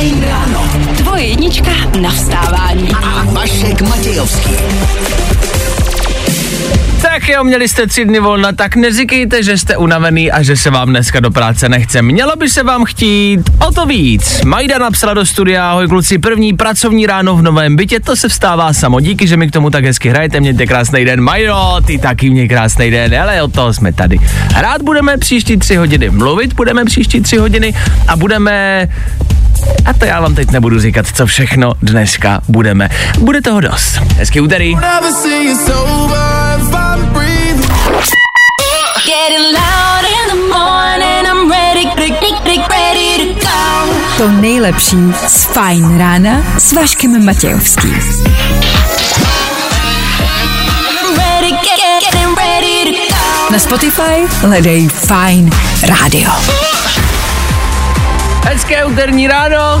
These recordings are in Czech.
Fajn ráno. Tvoje jednička na vstávání. A Vašek Matějovský. Tak jo, měli jste 3 dny volna, tak neříkejte, že jste unavený a že se vám dneska do práce nechce. Mělo by se vám chtít o to víc. Majda napsala do studia: ahoj kluci, první pracovní ráno v novém bytě, to se vstává samo. Díky, že mi k tomu tak hezky hrajete, mějte krásný den. Majdo, ty taky měj krásný den, ale od toho jsme tady. Hrát budeme příští 3 hodiny, mluvit budeme příští 3 hodiny a budeme... A to já vám teď nebudu říkat, co všechno dneska budeme. Bude toho dost. Hezký úterý. To nejlepší z Fajn rána s Vaškem Matějovským. Na Spotify hledej Fajn rádio. Hezké úterní ráno.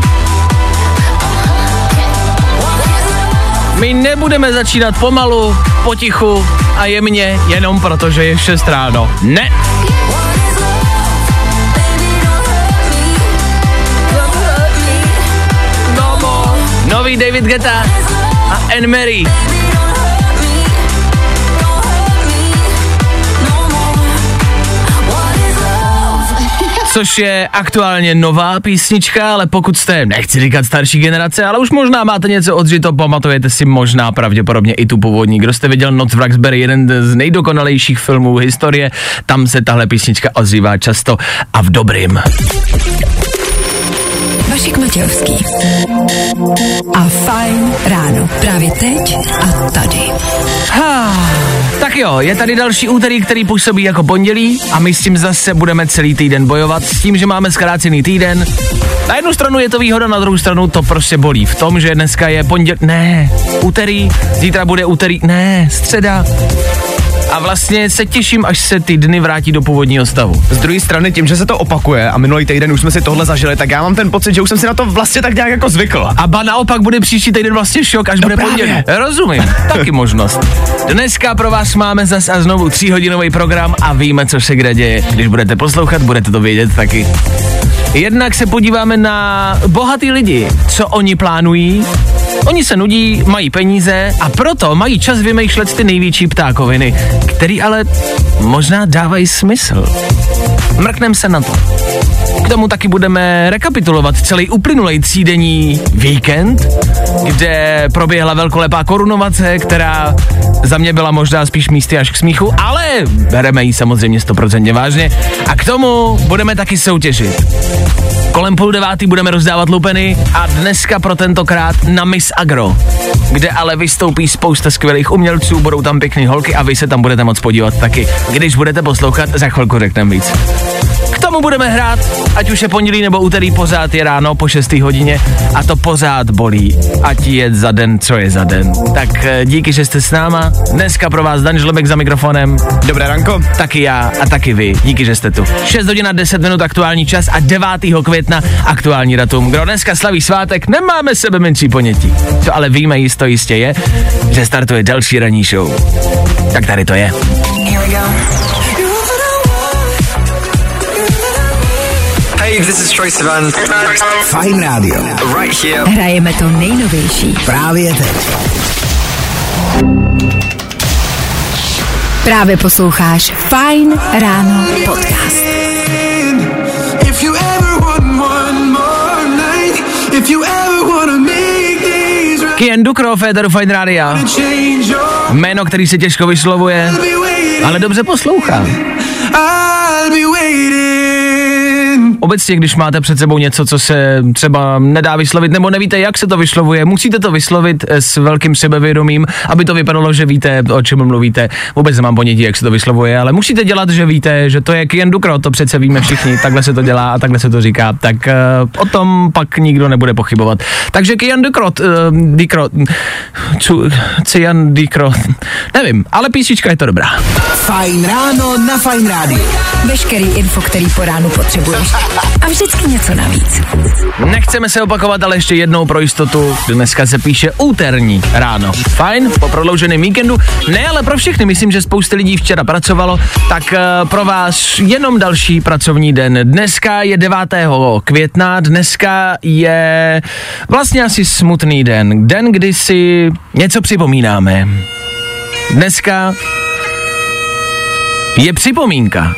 My nebudeme začínat pomalu, potichu a jemně, jenom protože je 6 ráno. Ne! Nový David Guetta a Anne-Marie. Což je aktuálně nová písnička, ale pokud jste, nechci říkat starší generace, ale už možná máte něco odžito, pamatujete si možná pravděpodobně i tu původní. Kdo jste viděl Noc v Roxbury, jeden z nejdokonalejších filmů historie, tam se tahle písnička ozývá často a v dobrým. Vašek Matějovský a Fajn ráno. Právě teď a tady. Tak jo, je tady další úterý, který působí jako pondělí a my s tím zase budeme celý týden bojovat s tím, že máme zkrácený týden. Na jednu stranu je to výhoda, na druhou stranu to prostě bolí v tom, že dneska je úterý, zítra bude úterý, středa. A vlastně se těším, až se ty dny vrátí do původního stavu. Z druhé strany, tím, že se to opakuje a minulý týden už jsme si tohle zažili, tak já mám ten pocit, že už jsem si na to vlastně tak nějak jako zvykl. A ba naopak bude příští týden vlastně šok, až bude pondělí. Rozumím, taky možnost. Dneska pro vás máme zas a znovu 3hodinový program a víme, co se kde děje. Když budete poslouchat, budete to vědět taky. Jednak se podíváme na bohatý lidi, co oni plánují. Oni se nudí, mají peníze a proto mají čas vymýšlet ty největší ptákoviny, který ale možná dávají smysl. Mrknem se na to. K tomu taky budeme rekapitulovat celý uplynulý 3denní víkend, kde proběhla velkolepá korunovace, která za mě byla možná spíš místy až k smíchu, ale bereme ji samozřejmě 100% vážně. A k tomu budeme taky soutěžit. Kolem 8:30 budeme rozdávat lupeny a dneska pro tentokrát na Miss Agro, kde ale vystoupí spousta skvělých umělců, budou tam pěkný holky a vy se tam budete moc podívat taky, když budete poslouchat, za chvilku řekneme víc. K tomu budeme hrát, ať už je pondělí nebo úterý, pořád je ráno po 6 hodině a to pořád bolí, ať je za den, co je za den. Tak díky, že jste s náma, dneska pro vás Dan Žlebek za mikrofonem. Dobré ranko. Taky já a taky vy, díky, že jste tu. 6 hodin a 10 minut aktuální čas a 9. května aktuální datum. Kdo dneska slaví svátek, nemáme sebe menší ponětí. Co ale víme jistě je, že startuje další ranní show. Tak tady to je. Hey, this is Troye Sivan. Fajn rádio. Right here. Hrajeme to nejnovější. Právě teď. Právě posloucháš Fajn ráno podcast. Kian Dukro, Féteru Fajn rádia. Jméno, který se těžko vyslovuje, ale dobře poslouchá. Obecně, když máte před sebou něco, co se třeba nedá vyslovit, nebo nevíte, jak se to vyslovuje, musíte to vyslovit s velkým sebevědomím, aby to vypadalo, že víte, o čem mluvíte. Vůbec nemám ponětí, jak se to vyslovuje, ale musíte dělat, že víte, že to je Kian Dukro, to přece víme všichni, takhle se to dělá a takhle se to říká, tak o tom pak nikdo nebude pochybovat. Takže Kian Dukro, nevím, ale písnička je to dobrá. Fajn ráno na Fajn rádiu. Veškerý info, který po ránu potřebuješ. A vždycky něco navíc. Nechceme se opakovat, ale ještě jednou pro jistotu. Dneska se píše úterní ráno. Fajn, po prodlouženém víkendu. Ne, ale pro všechny, myslím, že spousta lidí včera pracovalo, tak pro vás jenom další pracovní den. Dneska je 9. května, dneska je vlastně asi smutný den. Den, kdy si něco připomínáme. Dneska je připomínka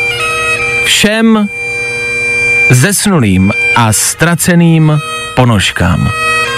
všem zesnulým a ztraceným ponožkám.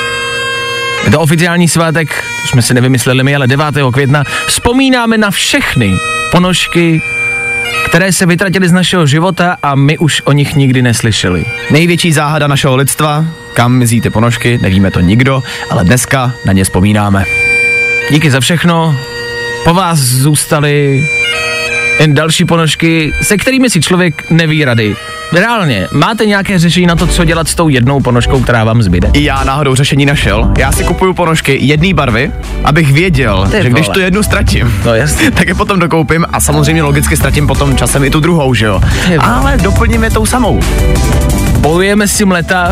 Je to oficiální svátek, to jsme si nevymysleli my, ale 9. května vzpomínáme na všechny ponožky, které se vytratily z našeho života a my už o nich nikdy neslyšeli. Největší záhada našeho lidstva, kam mizí ty ponožky, nevíme to nikdo, ale dneska na ně vzpomínáme. Díky za všechno, po vás zůstaly jen další ponožky, se kterými si člověk neví rady. Reálně, máte nějaké řešení na to, co dělat s tou jednou ponožkou, která vám zbyde? I já náhodou řešení našel. Já si kupuju ponožky jedné barvy, abych věděl, že když tu jednu ztratím, no jasně, tak je potom dokoupím a samozřejmě logicky ztratím potom časem i tu druhou, že jo? Ale doplním je tou samou. Bojujeme s tím leta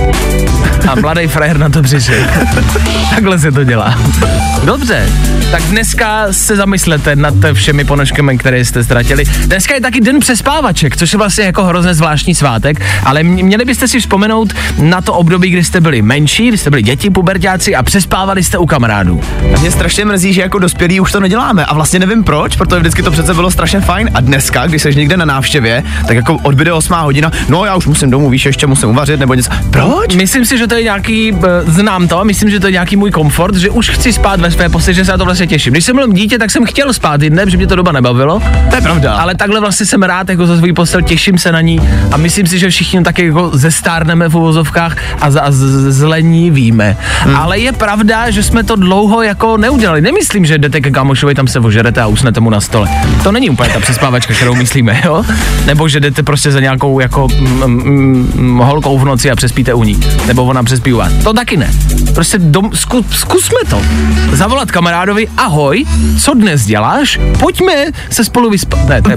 a mladý frajer na to přišel. Takhle se to dělá. Dobře, tak dneska se zamyslete nad všemi ponožkami, které jste ztratili. Dneska je taky den přespávaček, což je vlastně jako hrozně zvláštní svátek, ale měli byste si vzpomenout na to období, kdy jste byli menší, kdy jste byli děti, puberťáci a přespávali jste u kamarádů. A mě strašně mrzí, že jako dospělí už to neděláme a vlastně nevím proč, protože vždycky to přece bylo strašně fajn a dneska, když jsi někde na návštěvě, tak jako odbyde 8 hodina, no já už musím domů, víš, ještě musím uvařit nebo něco. Proč? Myslím si, že to je nějaký, znám to, myslím, že to je nějaký můj komfort, že už chci spát ve své posteli, že se na to vlastně těším. Když jsem byl dítě, tak jsem chtěl spát i dne, protože mě to doba nebavilo. To je pravda. Ale takhle vlastně jsem rád jako za svůj postel, těším se na ní a myslím si, že všichni taky jako zestárneme v uvozovkách a zlení víme. Ale je pravda, že jsme to dlouho jako neudělali. Nemyslím, že jdete ke kámošovi, tam se ožerete a usnete mu na stole. To není úplně ta přespávačka, kterou myslíme, jo? Nebo že jdete prostě za nějakou jako holkou v noci a přespíte u ní. Nebo ona přespí u vás. To taky ne. Prostě zkusme to. Zavolat kamarádovi, ahoj, co dnes děláš? Pojďme se spolu vyspat. Ne,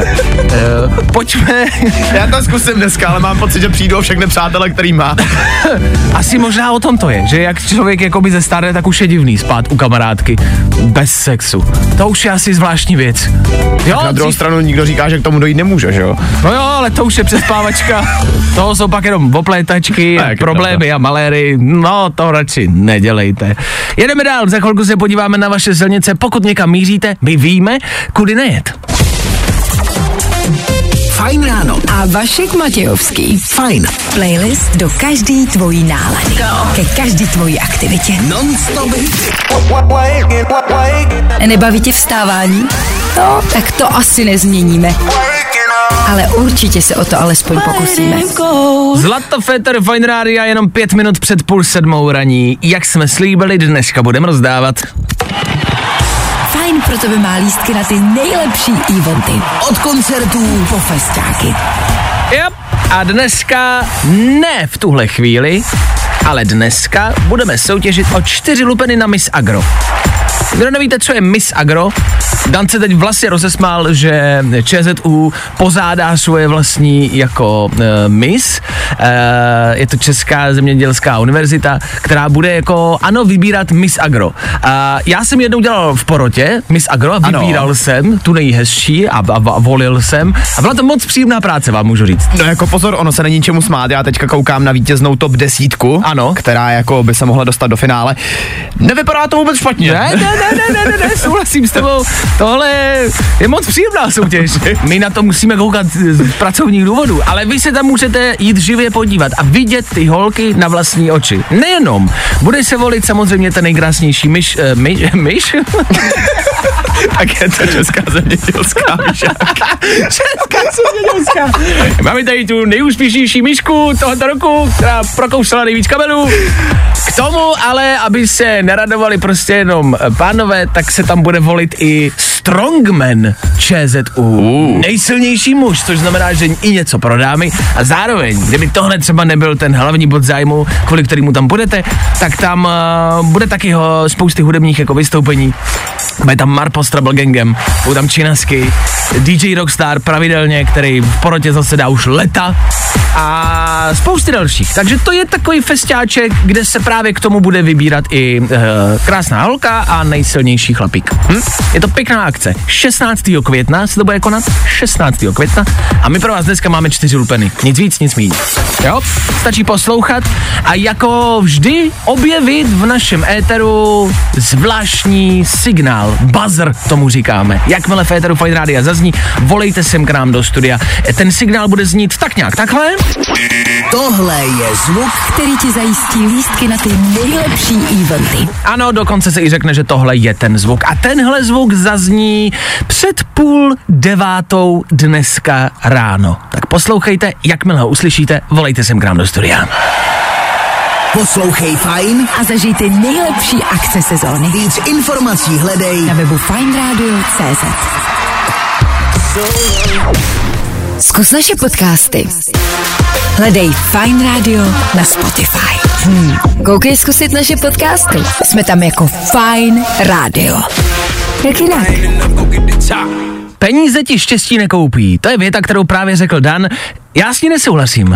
pojďme. Já to zkusím dneska, ale mám pocit, že přijdu o všechny přátele, který má. Asi možná o tom to je, že jak člověk jakoby zestárne, tak už je divný spát u kamarádky bez sexu. To už je asi zvláštní věc. Jo, na druhou stranu nikdo říká, že k tomu dojít nemůže, že jo? No jo, ale to už je přespávačka. Toho jsou pak jenom oplétačky, problémy a maléry. No, to radši nedělejte. Jedeme dál, za chvilku se podíváme na vaše silnice. Pokud někam míříte, my víme, kudy nejet. Fajn ráno. A Vašek Matějovský. Fajn. Playlist do každý tvojí nálady. Ke každý tvojí aktivitě. Non-stop hity. Nebaví tě vstávání? No, tak to asi nezměníme. Ale určitě se o to alespoň pokusíme. Zlato Féter Fajn rádia jenom 5 minut před 6:30 raní. Jak jsme slíbili, dneska budeme rozdávat. Fajn pro tebe má lístky na ty nejlepší eventy. Od koncertů Po festiáky. Yep. A dneska, ne v tuhle chvíli, ale dneska budeme soutěžit o 4 lupeny na Miss Agro. Kdo nevíte, co je Miss Agro, Dan se teď vlastně rozesmál, že ČZU pozádá svoje vlastní jako Miss. Je to Česká zemědělská univerzita, která bude jako, ano, vybírat Miss Agro. Já jsem jednou dělal v porotě Miss Agro a vybíral jsem tu nejhezčí a volil jsem. A byla to moc příjemná práce, vám můžu říct. No jako pozor, ono se není čemu smát, já teďka koukám na vítěznou top 10, ano, která jako by se mohla dostat do finále. Nevypadá to vůbec špatně. Ne, souhlasím s tebou. Tohle je moc příjemná soutěž. My na to musíme koukat z pracovních důvodů, ale vy se tam můžete jít živě podívat a vidět ty holky na vlastní oči. Nejenom. Bude se volit samozřejmě ten nejkrásnější myš? Tak je to Česká zemědělská myšárka. Česká zemědělská. Máme tady tu nejúspěšnější myšku tohoto roku, která prokousala nejvíc kabelů. K tomu ale, aby se neradovali prostě jenom pánové, tak se tam bude volit i Strongman ČZU. Nejsilnější muž, což znamená, že i něco pro dámy. A zároveň, kdyby tohle třeba nebyl ten hlavní bod zájmu, kvůli kterému tam budete, tak tam bude taky spousty hudebních jako vystoupení. Bude tam Marpo s Trouble Gangem, budou tam Činasky, DJ Rockstar pravidelně, který v porotě zasedá už leta a spousty dalších. Takže to je takový festiáček, kde se právě k tomu bude vybírat i krásná holka a nejsilnější chlapík. Je to pěkná akce. 16. května se to bude konat, 16. května a my pro vás dneska máme 4 lupeny. Nic víc, nic míň. Jo? Stačí poslouchat a jako vždy objevit v našem éteru zvláštní signál, buzzer tomu říkáme. Jakmile v éteru Fajn Rádia zazní, volejte sem k nám do studia. Ten signál bude znít tak nějak takhle. Tohle je zvuk, který ti zajistí lístky na ty nejlepší eventy. Ano, dokonce se i řekne, že tohle je ten zvuk. A tenhle zvuk zazní před 8:30 dneska ráno. Tak poslouchejte, jakmile ho uslyšíte, volejte sem k nám do studia. poslouchej Fajn A zažij ty nejlepší akce sezóny. Víc informací hledej Na webu fajnradio.cz. Zkus naše podcasty. Hledej Fajn Radio na Spotify. Koukej zkusit naše podcasty. Jsme tam jako Fajn Radio. Jak jinak? Peníze ti štěstí nekoupí. To je věta, kterou právě řekl Dan. Já s ní nesouhlasím.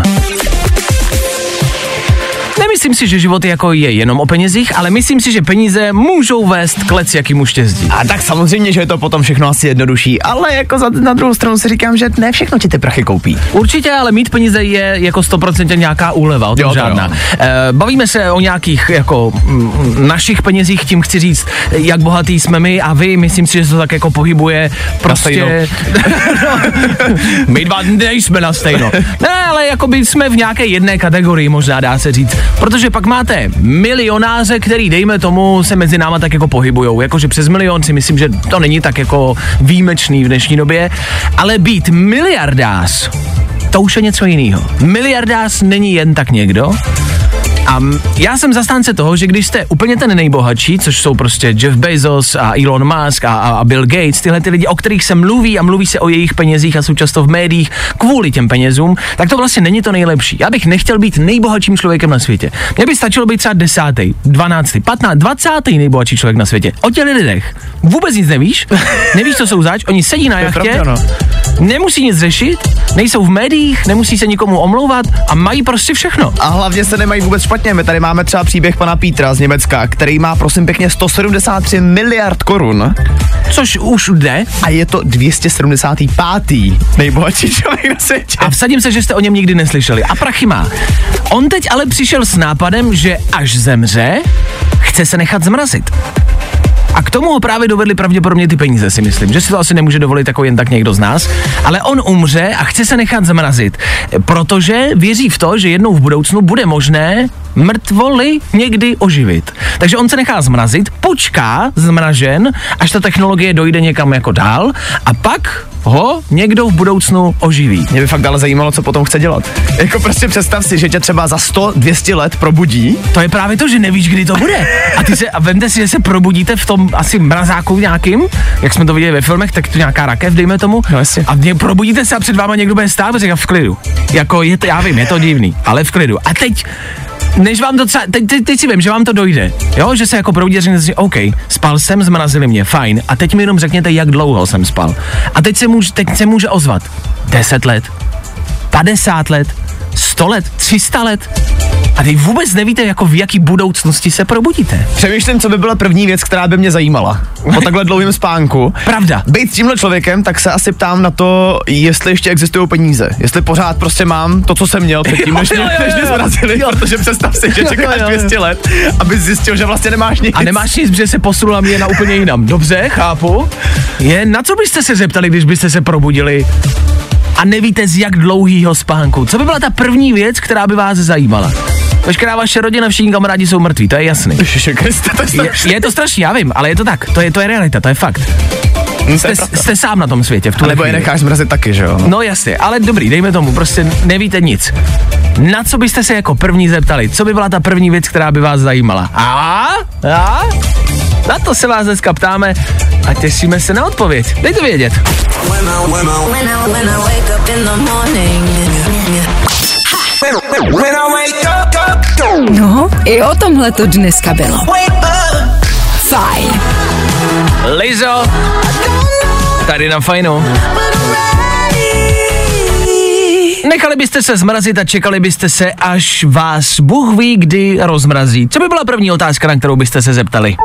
Nemyslím si, že život jako je jenom o penězích, ale myslím si, že peníze můžou vést k lecjakému štěstí. A tak samozřejmě, že je to potom všechno asi jednodušší, ale jako na druhou stranu si říkám, že ne všechno ti ty prachy koupí. Určitě, ale mít peníze je jako 100% nějaká úleva, o tom žádná. Bavíme se o nějakých jako našich penězích, tím chci říct, jak bohatý jsme my a vy, myslím si, že se to tak jako pohybuje prostě... My dva nejsme na stejno. Ne, ale jako by jsme v nějaké jedné kategorii, možná dá se říct. Protože pak máte milionáře, který dejme tomu se mezi náma tak jako pohybujou. Jakože přes milion si myslím, že to není tak jako výjimečný v dnešní době. Ale být miliardář, to už je něco jiného. Miliardář není jen tak někdo. A já jsem zastánce toho, že když jste úplně ten nejbohatší, což jsou prostě Jeff Bezos a Elon Musk a Bill Gates, tyhle ty lidi, o kterých se mluví a mluví se o jejich penězích a jsou často v médiích kvůli těm penězům, tak to vlastně není to nejlepší. Já bych nechtěl být nejbohatším člověkem na světě. Mně by stačilo být třeba 10., 12., 15., 20. nejbohatší člověk na světě. O těch lidech vůbec nic nevíš, nevíš, co jsou zač, oni sedí na jachtě, nemusí nic řešit, nejsou v médiích, nemusí se nikomu omlouvat a mají prostě všechno. A hlavně se nemají vůbec špatně. My tady máme třeba příběh pana Pítra z Německa, který má prosím pěkně 173 miliard korun. Což už jde. A je to 275. nejbohatší člověk na světě. A vsadím se, že jste o něm nikdy neslyšeli. A prachy má. On teď ale přišel s nápadem, že až zemře, chce se nechat zmrazit. A k tomu ho právě dovedli pravděpodobně ty peníze, si myslím, že si to asi nemůže dovolit jako jen tak někdo z nás, ale on umře a chce se nechat zmrazit, protože věří v to, že jednou v budoucnu bude možné mrtvoly někdy oživit. Takže on se nechá zmrazit, počká zmražen, až ta technologie dojde někam jako dál a pak ho někdo v budoucnu oživí. Mě by fakt ale zajímalo, co potom chce dělat. Jako prostě představ si, že tě třeba za 100-200 let probudí. To je právě to, že nevíš, kdy to bude. A vemte si, že se probudíte v tom asi mrazáku nějakým, jak jsme to viděli ve filmech, tak to nějaká rakev, dejme tomu. No jasně. A probudíte se a před váma někdo bude stát a říká v klidu. Jako je to, já vím, je to divný, ale v klidu. A teď než vám to třeba, teď si vím, že vám to dojde, jo, že se jako probudí a řeknete si, OK, spal jsem, zmrazili mě, fajn, a teď mi jenom řekněte, jak dlouho jsem spal. A teď se může ozvat 10 let, 50 let, 100 let, 300 let. A teď vůbec nevíte, jako v jaký budoucnosti se probudíte. Přemýšlím, co by byla první věc, která by mě zajímala. Po takhle dlouhém spánku. Pravda. Být tímhle člověkem, tak se asi ptám na to, jestli ještě existují peníze. Jestli pořád prostě mám to, co jsem měl předtím, než mě zmrazili, protože představ si, že čekáš 200 let, aby zjistil, že vlastně nemáš nic. A nemáš nic, protože se posunula mě na úplně jinam. Dobře, chápu. Na co byste se zeptali, když byste se probudili a nevíte z jak dlouhýho spánku? Co by byla ta první věc, která by vás zajímala? Veškerá vaše rodina, všichni kamarádi jsou mrtví, to je jasný. Je to strašný, já vím, ale je to tak, to je realita, to je fakt. Jste sám na tom světě v tuhle chvíli. Nebo je necháš zmrazit taky, že jo? No jasně, ale dobrý, dejme tomu, prostě nevíte nic. Na co byste se jako první zeptali? Co by byla ta první věc, která by vás zajímala? Na to se vás dneska ptáme a těšíme se na odpověď. Dejte vědět. No, i o tomhle to dneska bylo. Fajn. Lizzo, tady na Fajnu. Nechali byste se zmrazit a čekali byste se, až vás Bůh ví kdy rozmrazí. Co by byla první otázka, na kterou byste se zeptali?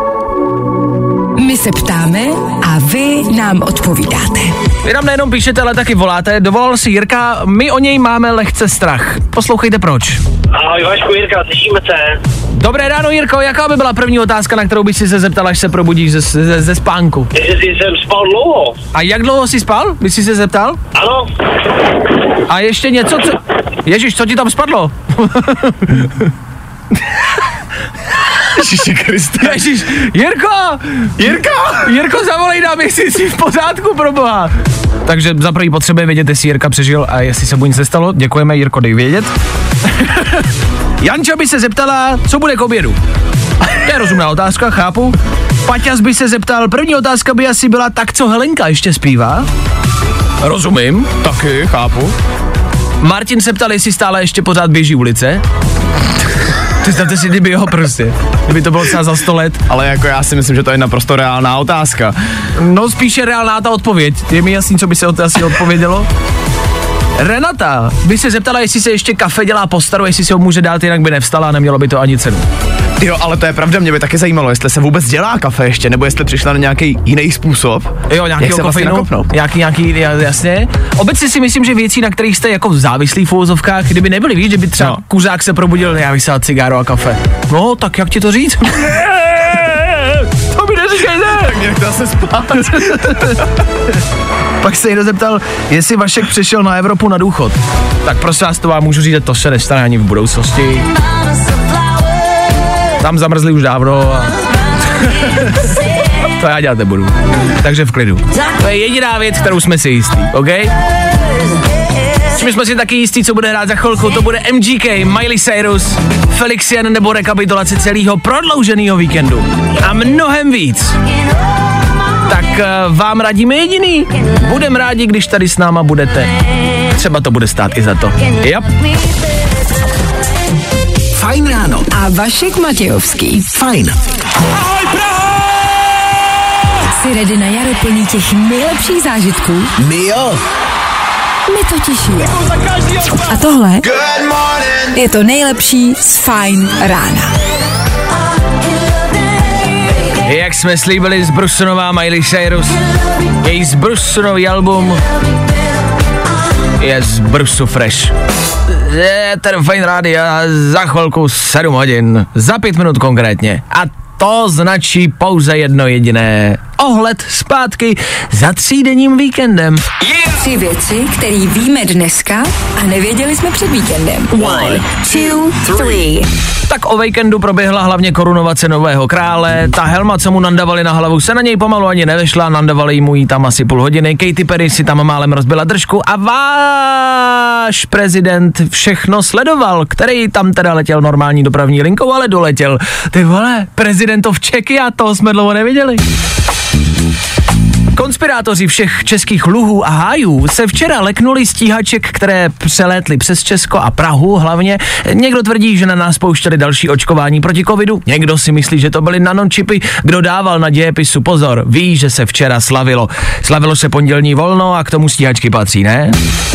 My se ptáme a vy nám odpovídáte. Vy nám nejenom píšete, ale taky voláte. Dovolal si Jirka, my o něj máme lehce strach. Poslouchejte proč. Ahoj Vašku, Jirka, slyšíme se. Dobré ráno, Jirko, jaká by byla první otázka, na kterou by si se zeptal, až se probudíš ze spánku? Jestli jsem spal dlouho. A jak dlouho jsi spal? By si se zeptal? Ano. A ještě něco, co... Ježiš, co ti tam spadlo? Ježiši Kriste. Ježiš, Jirko, zavolej nám, jestli jsi v pořádku, proboha. Takže za první potřebuje vědět, jestli Jirka přežil a jestli se mu nic nestalo. Děkujeme, Jirko, dej vědět. Janča by se zeptala, co bude k obědu. To je rozumná otázka, chápu. Paťas by se zeptal, první otázka by asi byla, tak co Helenka ještě zpívá? Rozumím. Taky, chápu. Martin se ptal, jestli stále ještě pořád běží ulice. Představte si, kdyby ho prostě. Kdyby to bylo třeba za 100 let. Ale jako já si myslím, že to je naprosto reálná otázka. No spíše reálná ta odpověď. Je mi jasný, co by se asi odpovědělo. Renata by se zeptala, jestli se ještě kafe dělá po staru, jestli si ho může dát, jinak by nevstala a nemělo by to ani cenu. Jo, ale to je pravda, mě by taky zajímalo, jestli se vůbec dělá kafe ještě, nebo jestli přišla na nějaký jiný způsob. Jo, nějakýho kofeinu, nějaký, jasně. Obecně si myslím, že věcí, na kterých jste jako závislí v uvozovkách, kdyby nebyly, víš, kdyby třeba kuřák se probudil, já vysál cigáro a kafe. No, tak jak ti to říct? To mi neříkejte! Tak mě nechte se spát. Pak se někdo zeptal, jestli Vašek přešel na Evropu na důchod. Tak prosím vás, to vám můžu říct, že to se nestane ani v budoucnosti. Tam zamrzli už dávno a... To já dělat nebudu. Takže v klidu. To je jediná věc, kterou jsme si jistí, OK? My jsme si taky jistí, co bude hrát za chvilku. To bude MGK, Miley Cyrus, Felixian nebo rekapitulace celého prodlouženého víkendu. A mnohem víc. Tak vám radíme jediný. Budem rádi, když tady s náma budete. Třeba to bude stát i za to. Yep. Fajn ráno. A Vašek Matějovský. Fajn. Ahoj Praho! Jsi ready na jaro plný těch nejlepších zážitků? My jo. My totiž jo. A tohle je to nejlepší z Fajn rána. Jak jsme slíbili, z Brusonová Miley Cyrus, její z Brusonový album je z Brusu Fresh. Je ten Fajn rádio za chvilku 7 hodin, za 5 minut konkrétně. A to značí pouze jedno jediné. Ohled zpátky za 3denním víkendem. 3 věci, které víme dneska a nevěděli jsme před víkendem. 1, 2, 3. Tak o víkendu proběhla hlavně korunovace nového krále, ta helma, co mu nandavali na hlavu, se na něj pomalu ani nevešla, nandavali mu jí tam asi půl hodiny, Katy Perry si tam málem rozbila držku a váš prezident všechno sledoval, který tam teda letěl normální dopravní linkou, ale doletěl. Ty vole, prezidentov Čeky a toho jsme dlouho neviděli. Konspirátoři všech českých luhů a hájů se včera leknuli stíhaček, které přelétly přes Česko a Prahu hlavně. Někdo tvrdí, že na nás pouštěli další očkování proti covidu, někdo si myslí, že to byly nanočipy. Kdo dával na dějepisu pozor, ví, že se včera slavilo. Slavilo se pondělní volno a k tomu stíhačky patří, ne?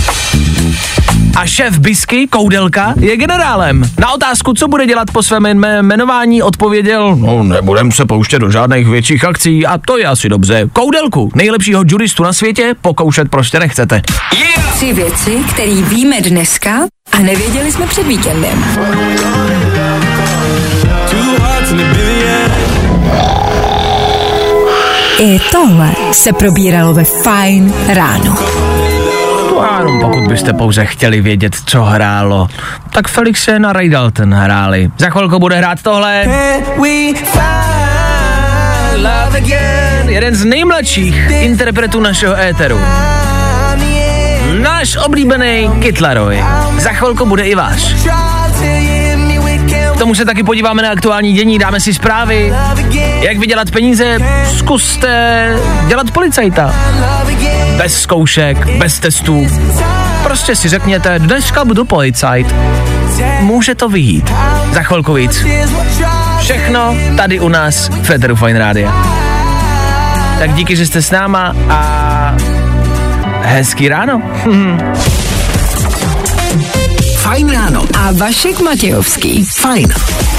A šéf Bisky, Koudelka, je generálem. Na otázku, co bude dělat po svém jmenování, odpověděl, no nebudem se pouštět do žádných větších akcí a to je asi dobře. Koudelku, nejlepšího juristu na světě, pokoušet prostě nechcete. 3 věci, které víme dneska a nevěděli jsme před víkendem. I tohle se probíralo ve Fajn ráno. Ano, pokud byste pouze chtěli vědět, co hrálo, tak Felixian a Ray Dalton hráli. Za chvilku bude hrát tohle. Jeden z nejmladších interpretů našeho éteru. Náš oblíbený Kid Laroi. Za chvilku bude i váš. K tomu se taky podíváme na aktuální dění, dáme si zprávy. Jak vydělat peníze, zkuste dělat policajta. Bez zkoušek, bez testů. Prostě si řekněte, dneska budu policajt. Může to vyjít. Za chvilku víc. Všechno tady u nás v éteru Fajn rádia. Tak díky, že jste s náma a hezký ráno. Fajn ráno. A Vašek Matějovský. Fajn.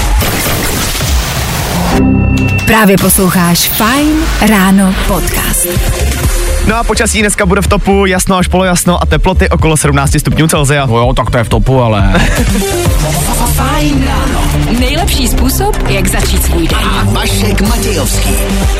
Právě posloucháš Fajn ráno podcast. No a počasí dneska bude v topu, jasno až polojasno a teploty okolo 17 stupňů Celsia. No jo, tak to je v topu, ale... Fajn ráno. Nejlepší způsob, jak začít svůj den. A Vašek Matějovský.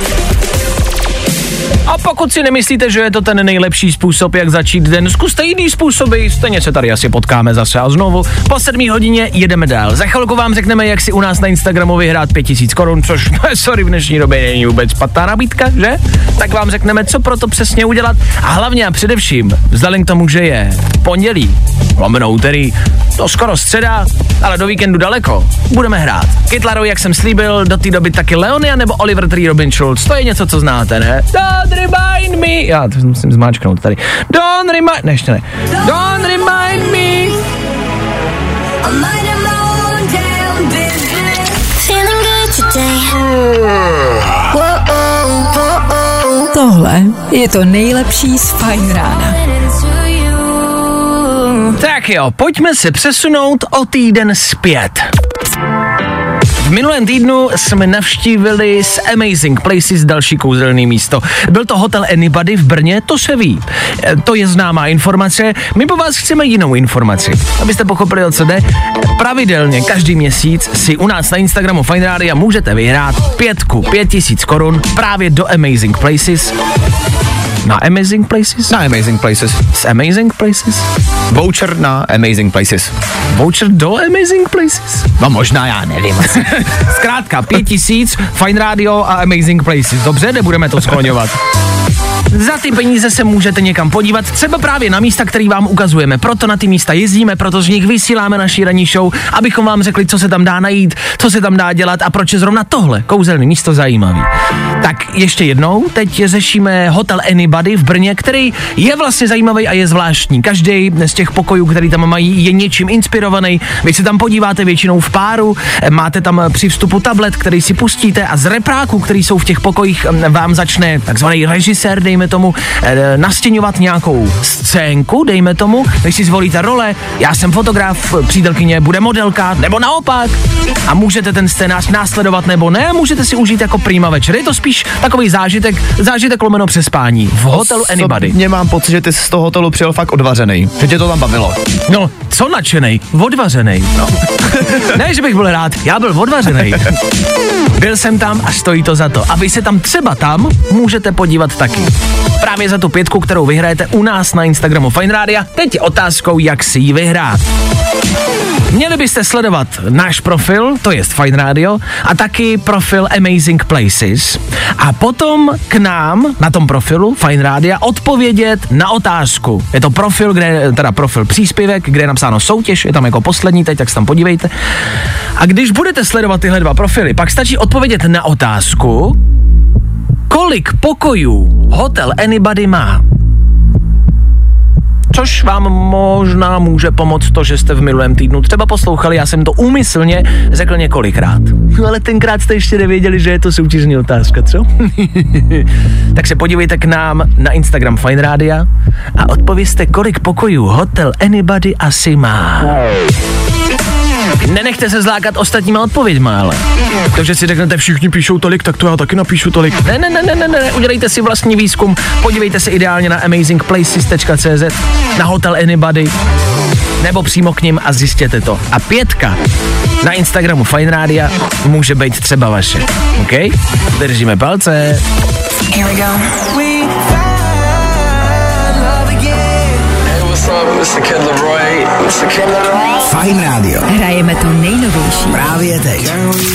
A pokud si nemyslíte, že je to ten nejlepší způsob, jak začít den, zkuste jiný způsoby, stejně se tady asi potkáme zase a znovu. Po 7 hodině jedeme dál. Za chvilku vám řekneme, jak si u nás na Instagramu vyhrát 5000 korun, což sorry, v dnešní době není vůbec špatná nabídka, že? Tak vám řekneme, co pro to přesně udělat a hlavně a především, vzhledem k tomu, že je pondělí, lomeno úterý, to skoro středa, ale do víkendu daleko, budeme hrát. Kid Laroi, jak jsem slíbil, do té doby taky Leonia nebo Oliver Tree Robin Schulz, to je něco, co znáte, ne? Don't remind me, já to musím zmáčknout tady. Don't remind, ne, ještě ne. Don't remind me. Tohle je to nejlepší z Fajn rána. Tak jo, pojďme se přesunout o týden zpět. V minulém týdnu jsme navštívili z Amazing Places další kouzelný místo. Byl to hotel Anybody v Brně, to se ví. To je známá informace. My po vás chceme jinou informaci. Abyste pochopili, o co jde. Pravidelně každý měsíc si u nás na Instagramu Fajn Rádia můžete vyhrát 5000 korun právě do Amazing Places. Na Amazing Places? Na Amazing Places. Z Amazing Places? Voucher na Amazing Places. Voucher do Amazing Places? No možná, já nevím. Zkrátka, 5000, Fajn Radio a Amazing Places. Dobře, nebudeme to skloňovat. Za ty peníze se můžete někam podívat, třeba právě na místa, který vám ukazujeme. Proto na ty místa jezdíme, proto z nich vysíláme naší ranní show, abychom vám řekli, co se tam dá najít, co se tam dá dělat a proč je zrovna tohle kouzelné místo zajímavý. Tak ještě jednou, teď řešíme hotel Anybody v Brně, který je vlastně zajímavý a je zvláštní. Každý z těch pokojů, který tam mají, je něčím inspirovaný. Vy se tam podíváte většinou v páru, máte tam při vstupu tablet, který si pustíte a z repráků, který jsou v těch pokojích, vám začne takzvaný režisér, dejme tomu, nastěňovat nějakou scénku, dejme tomu, když si zvolíte role, já jsem fotograf, přítelkyně bude modelka, nebo naopak. A můžete ten scénář následovat nebo ne, můžete si užít jako prima večer. Je to spíš takový zážitek lomeno přespání v hotelu Anybody. Mě mám pocit, že ty z toho hotelu přijel fakt odvařenej, že tě to tam bavilo. No, co nadšenej? Odvařenej. No. Ne, že bych byl rád, já byl odvařenej. Byl jsem tam a stojí to za to. A vy se tam třeba můžete podívat taky. Právě za tu 5, kterou vyhrajete u nás na Instagramu Fajn Rádia, teď je otázkou, jak si ji vyhrát. Měli byste sledovat náš profil, to je Fajn Radio, a taky profil Amazing Places. A potom k nám na tom profilu Fajn Rádia odpovědět na otázku. Je to profil, profil příspěvek, kde je napsáno soutěž, je tam jako poslední teď, tak se tam podívejte. A když budete sledovat tyhle 2 profily, pak stačí odpovědět na otázku, kolik pokojů hotel Anybody má. Což vám možná může pomoct to, že jste v minulém týdnu třeba poslouchali, já jsem to úmyslně řekl několikrát. No ale tenkrát jste ještě nevěděli, že je to soutěžní otázka, co? Tak se podívejte k nám na Instagram Fajn Rádia a odpovězte, kolik pokojů hotel Anybody asi má. Nenechte se zlákat ostatníma odpověďma, ale. Takže si řeknete, všichni píšou tolik, tak to já taky napíšu tolik. Ne, udělejte si vlastní výzkum, podívejte se ideálně na amazingplaces.cz, na hotel Anybody, nebo přímo k nim a zjistěte to. A 5 na Instagramu Fajn Rádia může být třeba vaše. OK? Držíme palce. Here we go. Mr. Kid Laroi. Fajn rádio. Hrajeme to nejnovější. Právě teď.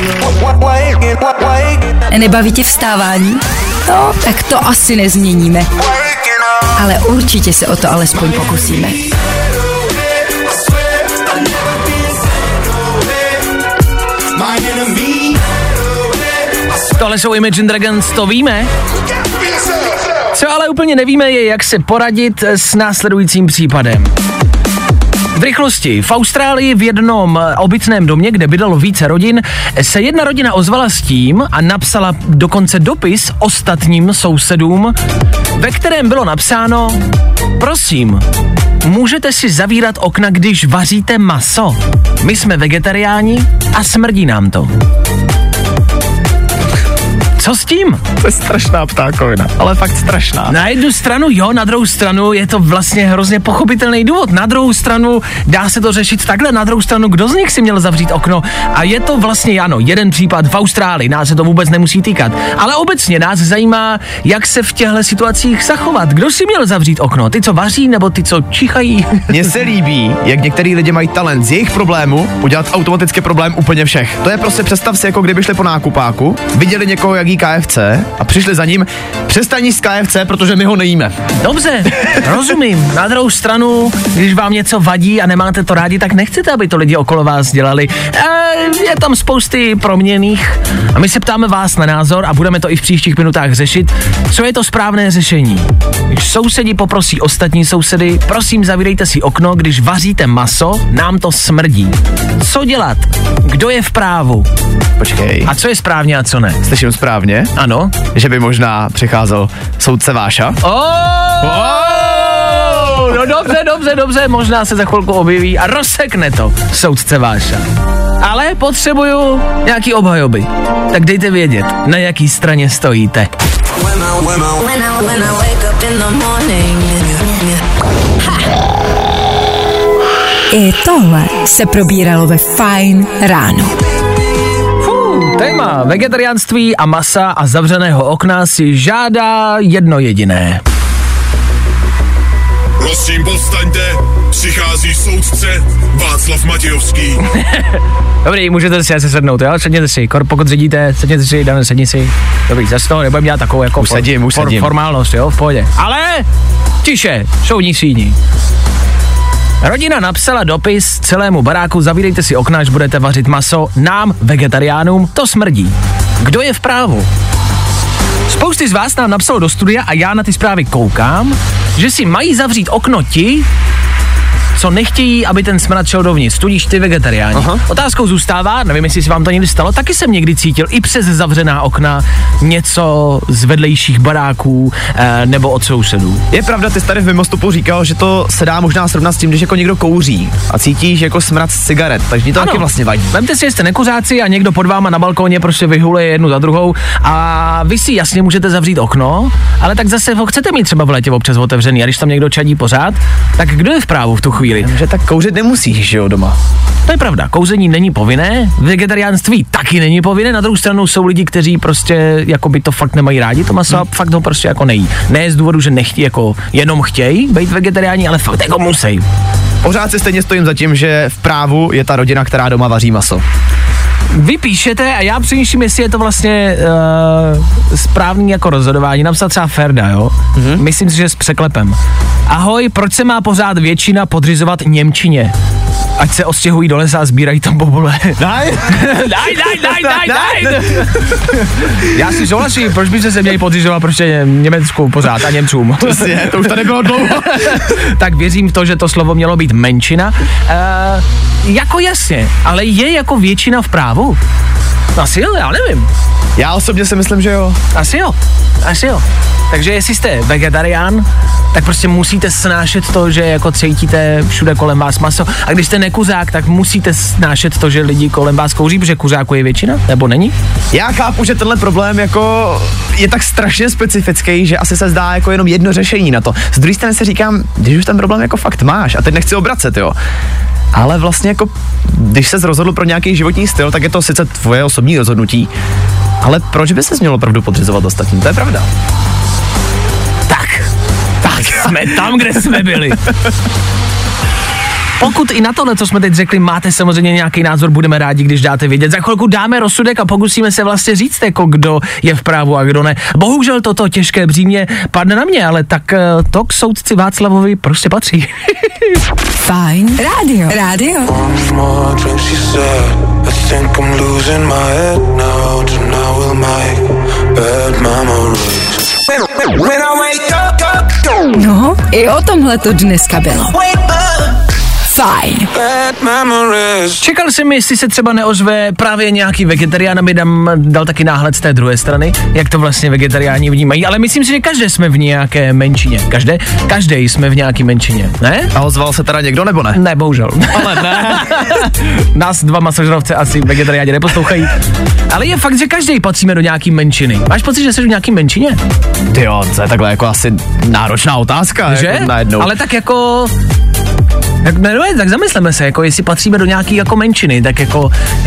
Nebaví tě vstávání? No, tak to asi nezměníme. Ale určitě se o to alespoň pokusíme. Tohle jsou Imagine Dragons, to víme. Co ale úplně nevíme je, jak se poradit s následujícím případem. V rychlosti. V Austrálii v jednom obytném domě, kde bydlelo více rodin, se jedna rodina ozvala s tím a napsala dokonce dopis ostatním sousedům, ve kterém bylo napsáno: prosím, můžete si zavírat okna, když vaříte maso? My jsme vegetariáni a smrdí nám to. Co s tím? To je strašná ptákovina, ale fakt strašná. Na jednu stranu jo, na druhou stranu je to vlastně hrozně pochopitelný důvod. Na druhou stranu dá se to řešit takhle, na druhou stranu kdo z nich si měl zavřít okno? A je to vlastně, ano, jeden případ v Austrálii, nás se to vůbec nemusí týkat. Ale obecně nás zajímá, jak se v těchto situacích zachovat. Kdo si měl zavřít okno? Ty, co vaří, nebo ty, co čichají? Mně se líbí, jak některý lidi mají talent z jejich problému udělat automaticky problém úplně všech. To je prostě, představ si, jako kdyby šli po nákupáku, viděli někoho, jak jí KFC a přišli za ním: přestaň jíst KFC, protože my ho nejíme. Dobře, rozumím. Na druhou stranu, když vám něco vadí a nemáte to rádi, tak nechcete, aby to lidi okolo vás dělali. Je tam spousty proměnných a my se ptáme vás na názor a budeme to i v příštích minutách řešit. Co je to správné řešení? Když sousedi poprosí ostatní sousedy: prosím, zavírejte si okno, když vaříte maso, nám to smrdí. Co dělat? Kdo je v právu? Počkej. A co je správně a co ne? Slyším správně? Ano. Že by možná přicházel soudce Váša? No dobře, možná se za chvilku objeví a rozsekne to soudce Váša. Ale potřebuju nějaký obhajoby. Tak dejte vědět, na jaký straně stojíte. I tohle se probíralo ve Fajn ráno. Téma vegetariánství a masa a zavřeného okna si žádá jedno jediné. Prosím, povstaňte, přichází soudce Václav Matějovský. Dobrý, můžete si asi sednout, jo? Sedněte si, pokud řídíte, sedněte si, dáme, sedni si. Dobrý, zase to nebudeme dělat takovou jako formálnost, jo, v pohodě. Ale tiše, soudní síni. Rodina napsala dopis celému baráku: zavírejte si okna, až budete vařit maso, nám, vegetariánům, to smrdí. Kdo je v právu? Spousty z vás nám napsalo do studia a já na ty zprávy koukám, že si mají zavřít okno ti, co nechtějí, aby ten smrad šel dovnitř, tudíž ty vegetariáni. Aha. Otázkou zůstává, nevím, jestli se vám to někdy stalo, taky jsem někdy cítil i přes zavřená okna něco z vedlejších baráků nebo od sousedů. Je pravda, ty jsi tady v Mimostupu říkal, že to se dá možná srovnat s tím, když jako někdo kouří a cítíš jako smrad z cigaret, takže ti to taky vlastně vadí. Vemte si, že jste nekuřáci a někdo pod váma na balkóně prostě vyhuluje jednu za druhou a vy si jasně můžete zavřít okno, ale tak zase ho chcete mít třeba v létě občas otevřený a když tam někdo čadí pořád, tak kdo je v právu v tu chvíli? Že tak kouřit nemusíš, že jo, doma. To je pravda, kouření není povinné, vegetariánství taky není povinné, na druhou stranu jsou lidi, kteří prostě jako by to fakt nemají rádi, to maso, a fakt ho prostě jako nejí. Ne z důvodu, že nechtějí, jako jenom chtějí být vegetariáni, ale fakt jako musí. Pořád si stejně stojím za tím, že v právu je ta rodina, která doma vaří maso. Vy píšete a já přemýšlím, jestli je to vlastně správný jako rozhodování. Napsat třeba Ferda, jo? Myslím si, že s překlepem. Ahoj, proč se má pořád většina podřizovat němčině? Ať se ostěhují do lesa a sbírají tam bobule. Daj! Já si souhlasím, proč by se měli podřizovat prostě Německu pořád a Němcům? To už tady bylo dlouho. Tak věřím v to, že to slovo mělo být menšina. Jako jasně, ale je jako většina v právu? Asi jo, já nevím. Já osobně si myslím, že jo. Asi jo. Takže jestli jste vegetarián, tak prostě musíte snášet to, že jako cítíte všude kolem vás maso. A když jste nekuřák, tak musíte snášet to, že lidi kolem vás kouří, protože kuřáků je většina, nebo není? Já chápu, že tenhle problém jako je tak strašně specifický, že asi se zdá jako jenom jedno řešení na to. Z druhé strany si říkám, když už ten problém jako fakt máš, a teď nechci obracet, jo. Ale vlastně jako, když ses rozhodl pro nějaký životní styl, tak je to sice tvoje osobní rozhodnutí, ale proč by ses měl opravdu podřizovat ostatním? To je pravda. Tak jsme tam, kde jsme byli. Pokud i na tohle, co jsme teď řekli, máte samozřejmě nějaký názor, budeme rádi, když dáte vědět. Za chvilku dáme rozsudek a pokusíme se vlastně říct, jako kdo je v právu a kdo ne. Bohužel toto těžké břímě padne na mě, ale tak to k soudci Václavovi prostě patří. Fajn rádio. No, i o tomhle to dneska bylo. Fajn. Čekal jsem, jestli se třeba neozve právě nějaký vegetarián, aby dal taky náhled z té druhé strany, jak to vlastně vegetariáni vnímají, ale myslím si, že každý jsme v nějaké menšině. Každý jsme v nějaké menšině, ne? A ozval se teda někdo, nebo ne? Ne, bohužel. Ale ne. Nás dva masožravce asi vegetariáni neposlouchají. Ale je fakt, že každý patříme do nějaký menšiny. Máš pocit, že jsi v nějaký menšině? Tyjo, to je takhle jako asi náročná otázka. Že? Jako najednou. Ale tak jako... Tak zamysleme se, jako jestli patříme do nějaký jako menšiny, tak jako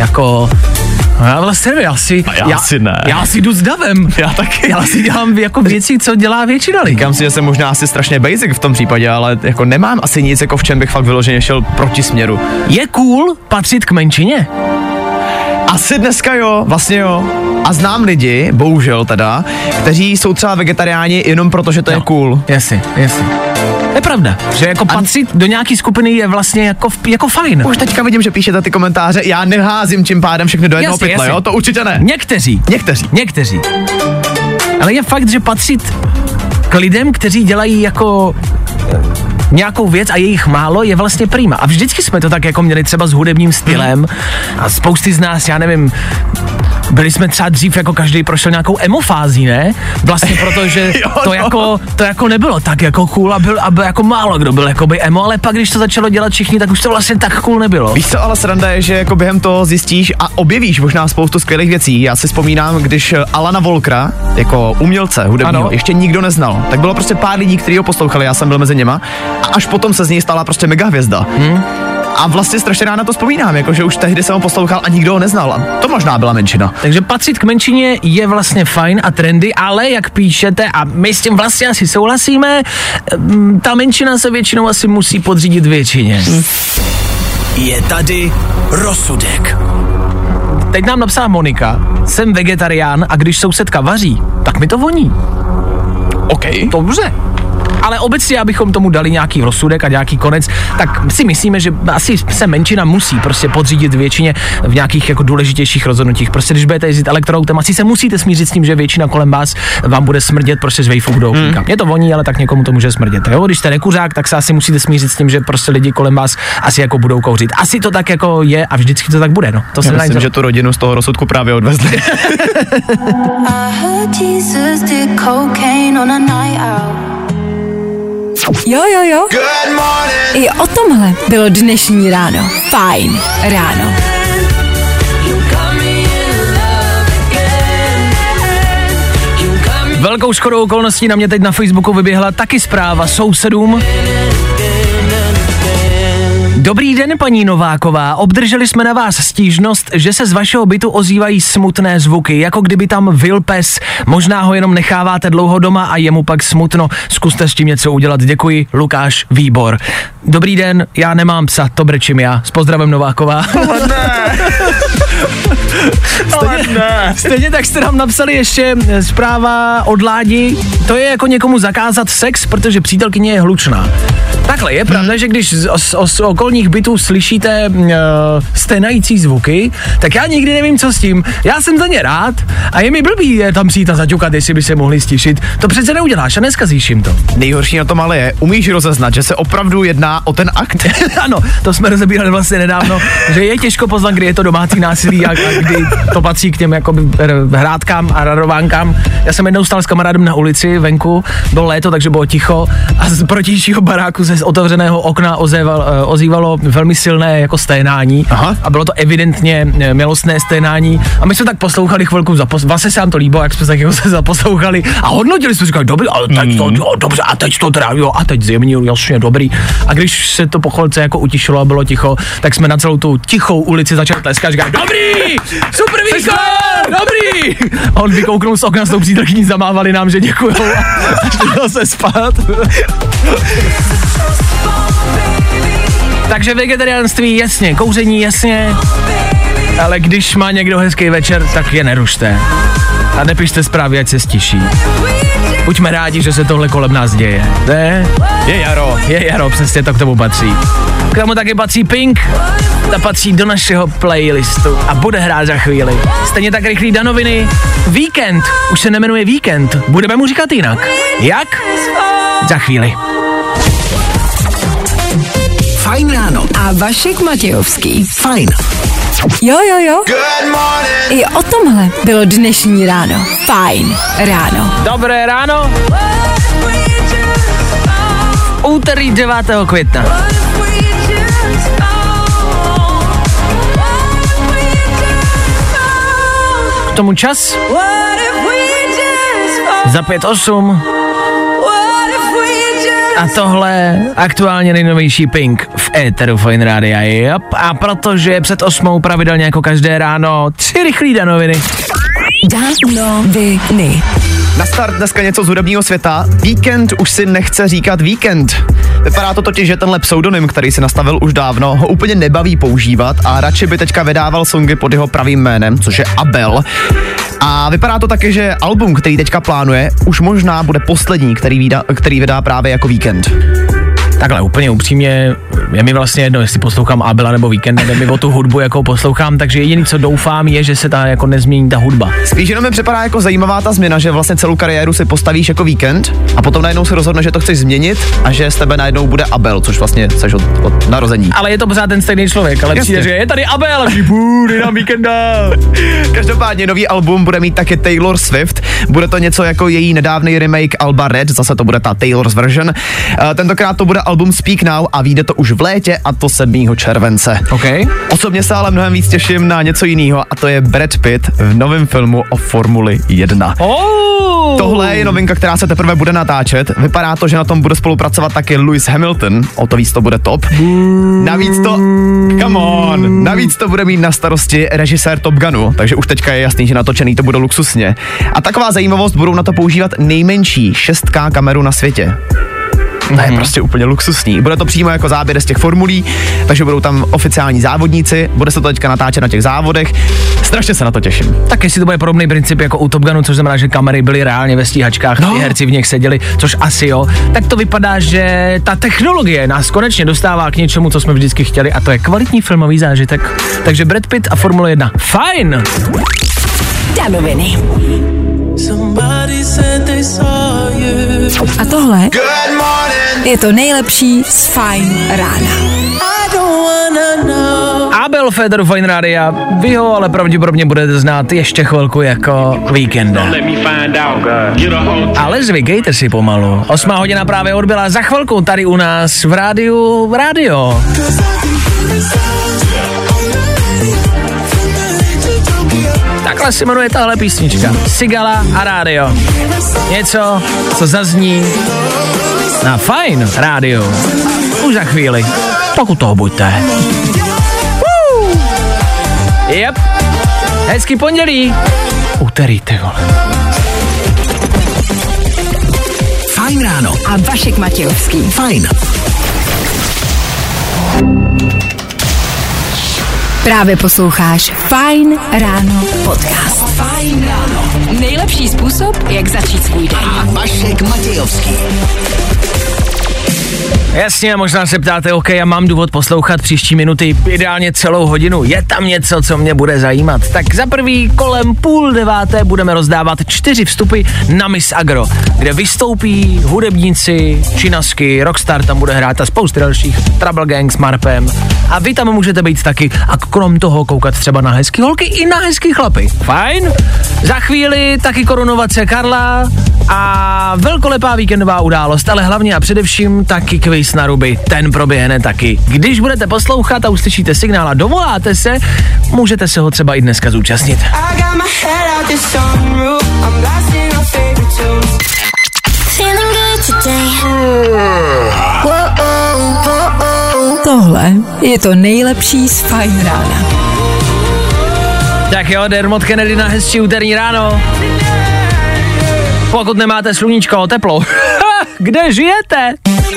já vlastně nevím, já si ne. Já si jdu s davem. Já taky. Já si dělám jako věci, co dělá většina lidí. Říkám si, že jsem možná asi strašně basic v tom případě, ale jako nemám asi nic, jako v čem bych fakt vyloženě šel proti směru. Je cool patřit k menšině? Asi dneska jo, vlastně jo. A znám lidi, bohužel teda, kteří jsou třeba vegetariáni jenom proto, že to je cool. Jasně. Je pravda, že jako patřit do nějaký skupiny je vlastně jako fajn. Už teďka vidím, že píšete ty komentáře, já neházím tím pádem všechny do jednoho pytle, jo? To určitě ne. Někteří. Ale je fakt, že patřit k lidem, kteří dělají jako nějakou věc a je jich málo, je vlastně prima. A vždycky jsme to tak jako měli třeba s hudebním stylem a spousty z nás, já nevím, byli jsme třeba dřív, jako každý prošel nějakou emofází, ne? Vlastně protože to jako nebylo tak jako cool a byl jako málo kdo byl jakoby emo, ale pak když to začalo dělat všichni, tak už to vlastně tak cool nebylo. Víš co, ale sranda je, že jako během toho zjistíš a objevíš možná spoustu skvělých věcí. Já si vzpomínám, když Alana Walkera jako umělce hudebního ještě nikdo neznal, tak bylo prostě pár lidí, kteří ho poslouchali, já jsem byl mezi něma a až potom se z něj stala prostě mega hvězda. A vlastně strašně rád na to vzpomínám, jakože už tehdy jsem ho poslouchal a nikdo ho neznal. A to možná byla menšina. Takže patřit k menšině je vlastně fajn a trendy, ale jak píšete, a my s tím vlastně asi souhlasíme, ta menšina se většinou asi musí podřídit většině. Je tady rozsudek. Teď nám napsala Monika, jsem vegetarián a když sousedka vaří, tak mi to voní. OK. Dobře. Ale obecně, abychom tomu dali nějaký rozsudek a nějaký konec, tak si myslíme, že asi se menšina musí prostě podřídit většině v nějakých jako důležitějších rozhodnutích. Prostě když budete jezdit elektroautem, asi se musíte smířit s tím, že většina kolem vás vám bude smrdět prostě z vejfuk do okýnka. Mě to voní, ale tak někomu to může smrdět. Jo? Když jste nekuřák, tak se asi musíte smířit s tím, že prostě lidi kolem vás asi jako budou kouřit. Asi to tak jako je a vždycky to tak bude. No. To Já myslím, že tu rodinu z toho rozsudku právě odvezli. Jo. I o tomhle bylo dnešní ráno. Fajn ráno. Velkou shodou okolností na mě teď na Facebooku vyběhla taky zpráva sousedům. Dobrý den, paní Nováková. Obdrželi jsme na vás stížnost, že se z vašeho bytu ozývají smutné zvuky, jako kdyby tam vyl pes. Možná ho jenom necháváte dlouho doma a je mu pak smutno. Zkuste s tím něco udělat. Děkuji, Lukáš Výbor. Dobrý den, já nemám psa, to brečím já. S pozdravem, Nováková. Stejně tak jste nám napsali ještě zpráva od Ládi. To je jako někomu zakázat sex, protože přítelkyně je hlučná. Takhle, je pravda, že když z okolních bytů slyšíte sténající zvuky, tak já nikdy nevím, co s tím. Já jsem za ně rád a je mi blbý tam přijít a zaťukat, jestli by se mohli stišit. To přece neuděláš a neskazíš jim to. Nejhorší na tom ale je, umíš rozeznat, že se opravdu jedná o ten akt? Ano, to jsme rozebírali vlastně nedávno, že je těžko poznat, kdy je to domácí násilí a kdy to patří k těm jakoby hrádkám a radovánkám. Já jsem jednou stál s kamarádem na ulici venku, bylo léto, takže bylo ticho a z protějšího baráku se z otevřeného okna ozývalo velmi silné jako sténání. Aha. A bylo to evidentně milostné sténání a my jsme tak poslouchali chvilku, vlastně se nám to líbilo, jak jsme tak jako se zaposlouchali a hodnotili jsme, říkali, dobrý, ale teď to, dobře, a teď to teda, jo, a teď zjemnil, jasně, dobrý. A když se to po chvilce jako utišilo a bylo ticho, tak jsme na celou tu tichou ulici začali tleskat a říkali, dobrý, super výkon, dobrý. A on vykouknul z okna s tou přítelkyní, zamávali nám, že děkujou a šli se spát. Takže vegetariánství jasně, kouření jasně, ale když má někdo hezký večer, tak je nerušte. A nepište zprávy, ať se stiší. Buďme rádi, že se tohle kolem nás děje. Ne? Je jaro, přesně to k tomu patří. K tomu taky patří Pink, ta patří do našeho playlistu a bude hrát za chvíli. Stejně tak rychlý danoviny. Víkend, už se nemenuje Víkend, budeme mu říkat jinak. Jak? Za chvíli. Fajn ráno a a Vašek Matějovský. Fajn. Jo. I o tomhle bylo dnešní ráno. Fajn ráno. Dobré ráno. Úterý 9. května. K tomu čas. Za 5:08. A tohle aktuálně nejnovější Pink v éteru Fajn Rádia. Yep. A protože je před 8 pravidelně jako každé ráno 3 rychlý danoviny. Danoviny. Na start dneska něco z hudebního světa. Víkend už si nechce říkat víkend. Vypadá to totiž, že tenhle pseudonym, který si nastavil už dávno, ho úplně nebaví používat a radši by teďka vydával songy pod jeho pravým jménem, což je Abel. A vypadá to taky, že album, který teďka plánuje, už možná bude poslední, který vydá právě jako Víkend. Takhle úplně upřímně, je mi vlastně jedno, jestli poslouchám Abela nebo Víkend, jde mi o tu hudbu, jakou poslouchám, takže jediný, co doufám, je, že se ta jako nezmění ta hudba. Spíš jenom mi připadá jako zajímavá ta změna, že vlastně celou kariéru si postavíš jako Víkend a potom najednou se rozhodne, že to chceš změnit a že z tebe najednou bude Abel, což vlastně seš od narození. Ale je to pořád ten stejný člověk, ale přijde, že je tady Abel a dej nám Víkenda. Každopádně nový album bude mít taky Taylor Swift, bude to něco jako její nedávný remake alba Red, zase to bude ta Taylor's version. Tentokrát to bude album Speak Now a vyjde to už v létě a to 7. července. Okay. Osobně se ale mnohem víc těším na něco jiného a to je Brad Pitt v novém filmu o Formuli 1. Tohle je novinka, která se teprve bude natáčet. Vypadá to, že na tom bude spolupracovat taky Lewis Hamilton, o to víc to bude top. Navíc to bude mít na starosti režisér Top Gunu, takže už teďka je jasný, že natočený to bude luxusně. A taková zajímavost, budou na to používat nejmenší 6K kameru na světě. To je prostě úplně luxusní. Bude to přímo jako záběr z těch formulí, takže budou tam oficiální závodníci, bude se to teďka natáčet na těch závodech. Strašně se na to těším. Tak jestli to bude podobný princip jako u Top Gunu, což znamená, že kamery byly reálně ve stíhačkách, ty herci v nich seděli, což asi jo, tak to vypadá, že ta technologie nás konečně dostává k něčemu, co jsme vždycky chtěli, a to je kvalitní filmový zážitek. Takže Brad Pitt a Formule 1. Fajn! Danoviny. A tohle je to nejlepší z Fajn rána. Abel Federu Fajn Rádia, vy ho ale pravděpodobně budete znát ještě chvilku jako Víkenda. Ale zvykejte si pomalu. 8 hodina právě odbyla, za chvilku tady u nás v rádiu Radio. Takhle se jmenuje tahle písnička. Sigala a rádio. Něco, co zazní na Fajn rádiu. Už za chvíli. Tak u toho buďte. Yep. Hezký pondělí. Úterý, ty vole. Fajn ráno. A Vašek Matějovský. Fajn. Právě posloucháš Fajn ráno podcast. Fajn ráno. Nejlepší způsob, jak začít svůj den. A Vašek Matějovský. Jasně, možná se ptáte, OK, já mám důvod poslouchat příští minuty, ideálně celou hodinu. Je tam něco, co mě bude zajímat? Tak za prvý kolem 8:30 budeme rozdávat 4 vstupy na Miss Agro, kde vystoupí hudebníci, činasky, Rockstar tam bude hrát a spousty dalších, Trouble Gang s Marpem. A vy tam můžete být taky a krom toho koukat třeba na hezký holky i na hezký chlapy. Fajn? Za chvíli taky korunovace Karla a velkolepá víkendová událost, ale hlavně a především taky kvíz na ruby, ten proběhne taky. Když budete poslouchat a uslyšíte signál a dovoláte se, můžete se ho třeba i dneska zúčastnit. Tohle je to nejlepší z Fajn rána. Tak jo, Dermot Kennedy na hezčí úterní ráno. Pokud nemáte sluníčko, teplo. Kde žijete?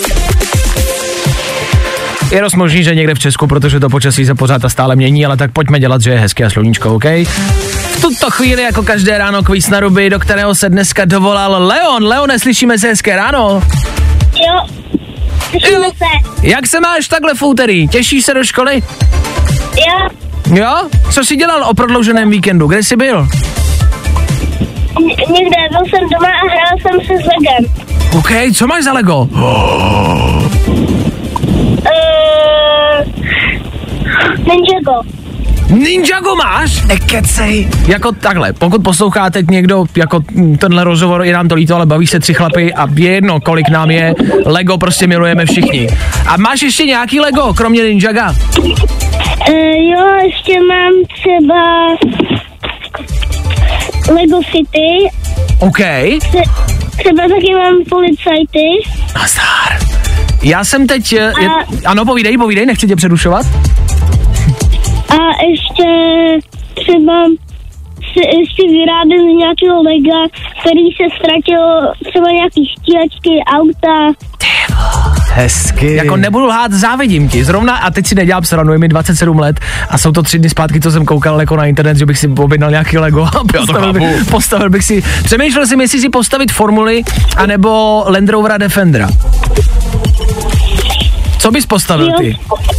Je dost možný, že někde v Česku, protože to počasí se pořád a stále mění, ale tak pojďme dělat, že je hezké a sluníčko, OK? V tuto chvíli jako každé ráno kvíz na ruby, do kterého se dneska dovolal Leon. Leone, slyšíme se, hezké ráno? Jo, slyšíme se. Jak se máš takhle v úterý? Těšíš se do školy? Jo. Jo? Co jsi dělal o prodlouženém víkendu? Kde jsi byl? Někde, byl jsem doma a hrál jsem se s Legem. OK, co máš za Lego? Ninjago. Ninjago máš? Nekecej. Jako takhle, pokud posloucháte někdo, jako tenhle rozhovor, je nám to líto, ale baví se 3 chlapy a je jedno, kolik nám je, Lego prostě milujeme všichni. A máš ještě nějaký Lego, kromě Ninjaga? Jo, ještě mám třeba Lego City. OK. Třeba taky mám policajty. Nazdar. Já jsem teď... Ano, povídej, nechci tě přerušovat. A ještě třeba si ještě vyrábím z nějakého lega, který se ztratil, třeba nějaký stíhačky, auta. Hezky. Jako nebudu lhát, závidím ti. Zrovna, a teď si nedělám sranu, je mi 27 let a jsou to 3 dny zpátky, co jsem koukal jako na internet, že bych si objednal nějaký Lego a postavil bych si. Přemýšlel jsem, jestli si postavit Formuli anebo Land Rovera Defendera. Co bys postavil ty?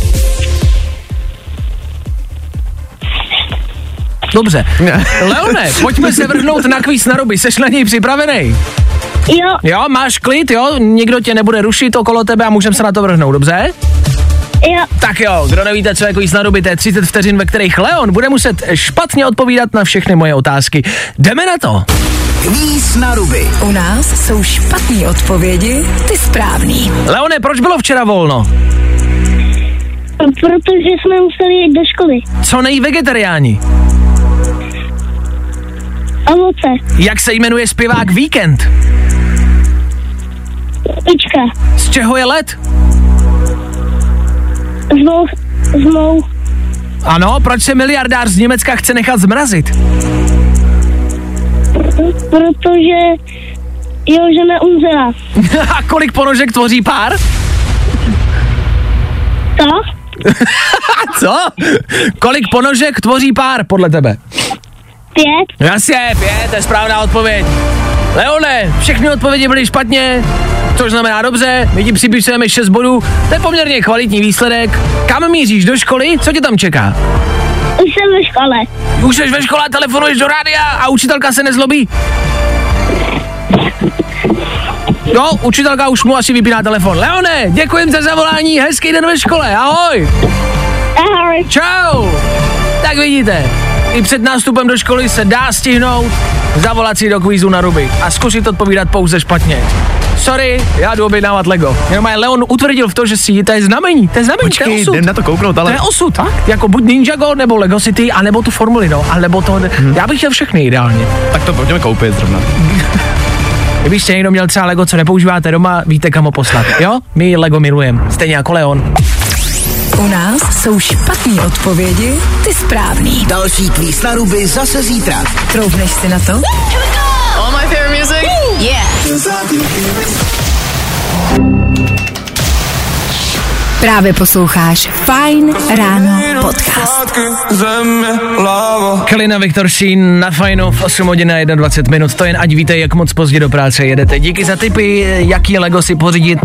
Dobře. Leone, pojďme se vrhnout na kvíz na ruby. Seš na něj připravený? Jo. Jo, máš klid, jo? Nikdo tě nebude rušit okolo tebe a můžeme se na to vrhnout, dobře? Jo. Tak jo, kdo nevíte, co je kvíz na ruby, to je 30 vteřin, ve kterých Leon bude muset špatně odpovídat na všechny moje otázky. Jdeme na to. Kvíz na ruby. U nás jsou špatný odpovědi, ty správný. Leone, proč bylo včera volno? Protože jsme museli jít do školy. Co nejí vegetariáni? Ovoce. Jak se jmenuje zpěvák Víkend? Pička. Z čeho je led? Z mou. Ano, proč se miliardář z Německa chce nechat zmrazit? Protože jeho žena umřela. A kolik ponožek tvoří pár? Co? Co? Kolik ponožek tvoří pár podle tebe? 5. Jasně, 5, to je správná odpověď. Leone, všechny odpovědi byly špatně, což znamená dobře, my ti připisujeme 6 bodů, to je poměrně kvalitní výsledek. Kam míříš, do školy? Co tě tam čeká? Už jsem ve škole. Už jsi ve škole, telefonuješ do rádia a učitelka se nezlobí? No, učitelka už mu asi vypíná telefon. Leone, děkujem za zavolání, hezký den ve škole, ahoj. Ahoj. Čau. Tak vidíte, i před nástupem do školy se dá stihnout zavolat si do kvízu na ruby a zkusit odpovídat pouze špatně. Sorry, já jdu objednávat Lego. Jenom Leon utvrdil v to, že si to je znamení, Počkej, to je osud. jdem na to kouknout, ale... To je osud, tak? Jako buď Ninjago, nebo Lego City, anebo tu Formuli, no, alebo to... Já bych chtěl všechny ideálně. Tak to pojďme koupit zrovna. Kdybyste někdo měl třeba Lego, co nepoužíváte doma, víte, kam ho poslat, jo? My Lego milujeme, stejně jako Leon. U nás jsou špatný odpovědi, ty správný. Další kvíz na ruby zase zítra. Troufneš si na to? All my favorite music? Yeah. Právě posloucháš Fajn ráno podcast. Kalina Viktor Šín na Fajnu v 8 hodin a 21 minut. To jen ať víte, jak moc pozdě do práce jedete. Díky za tipy, jaký Lego si pořídit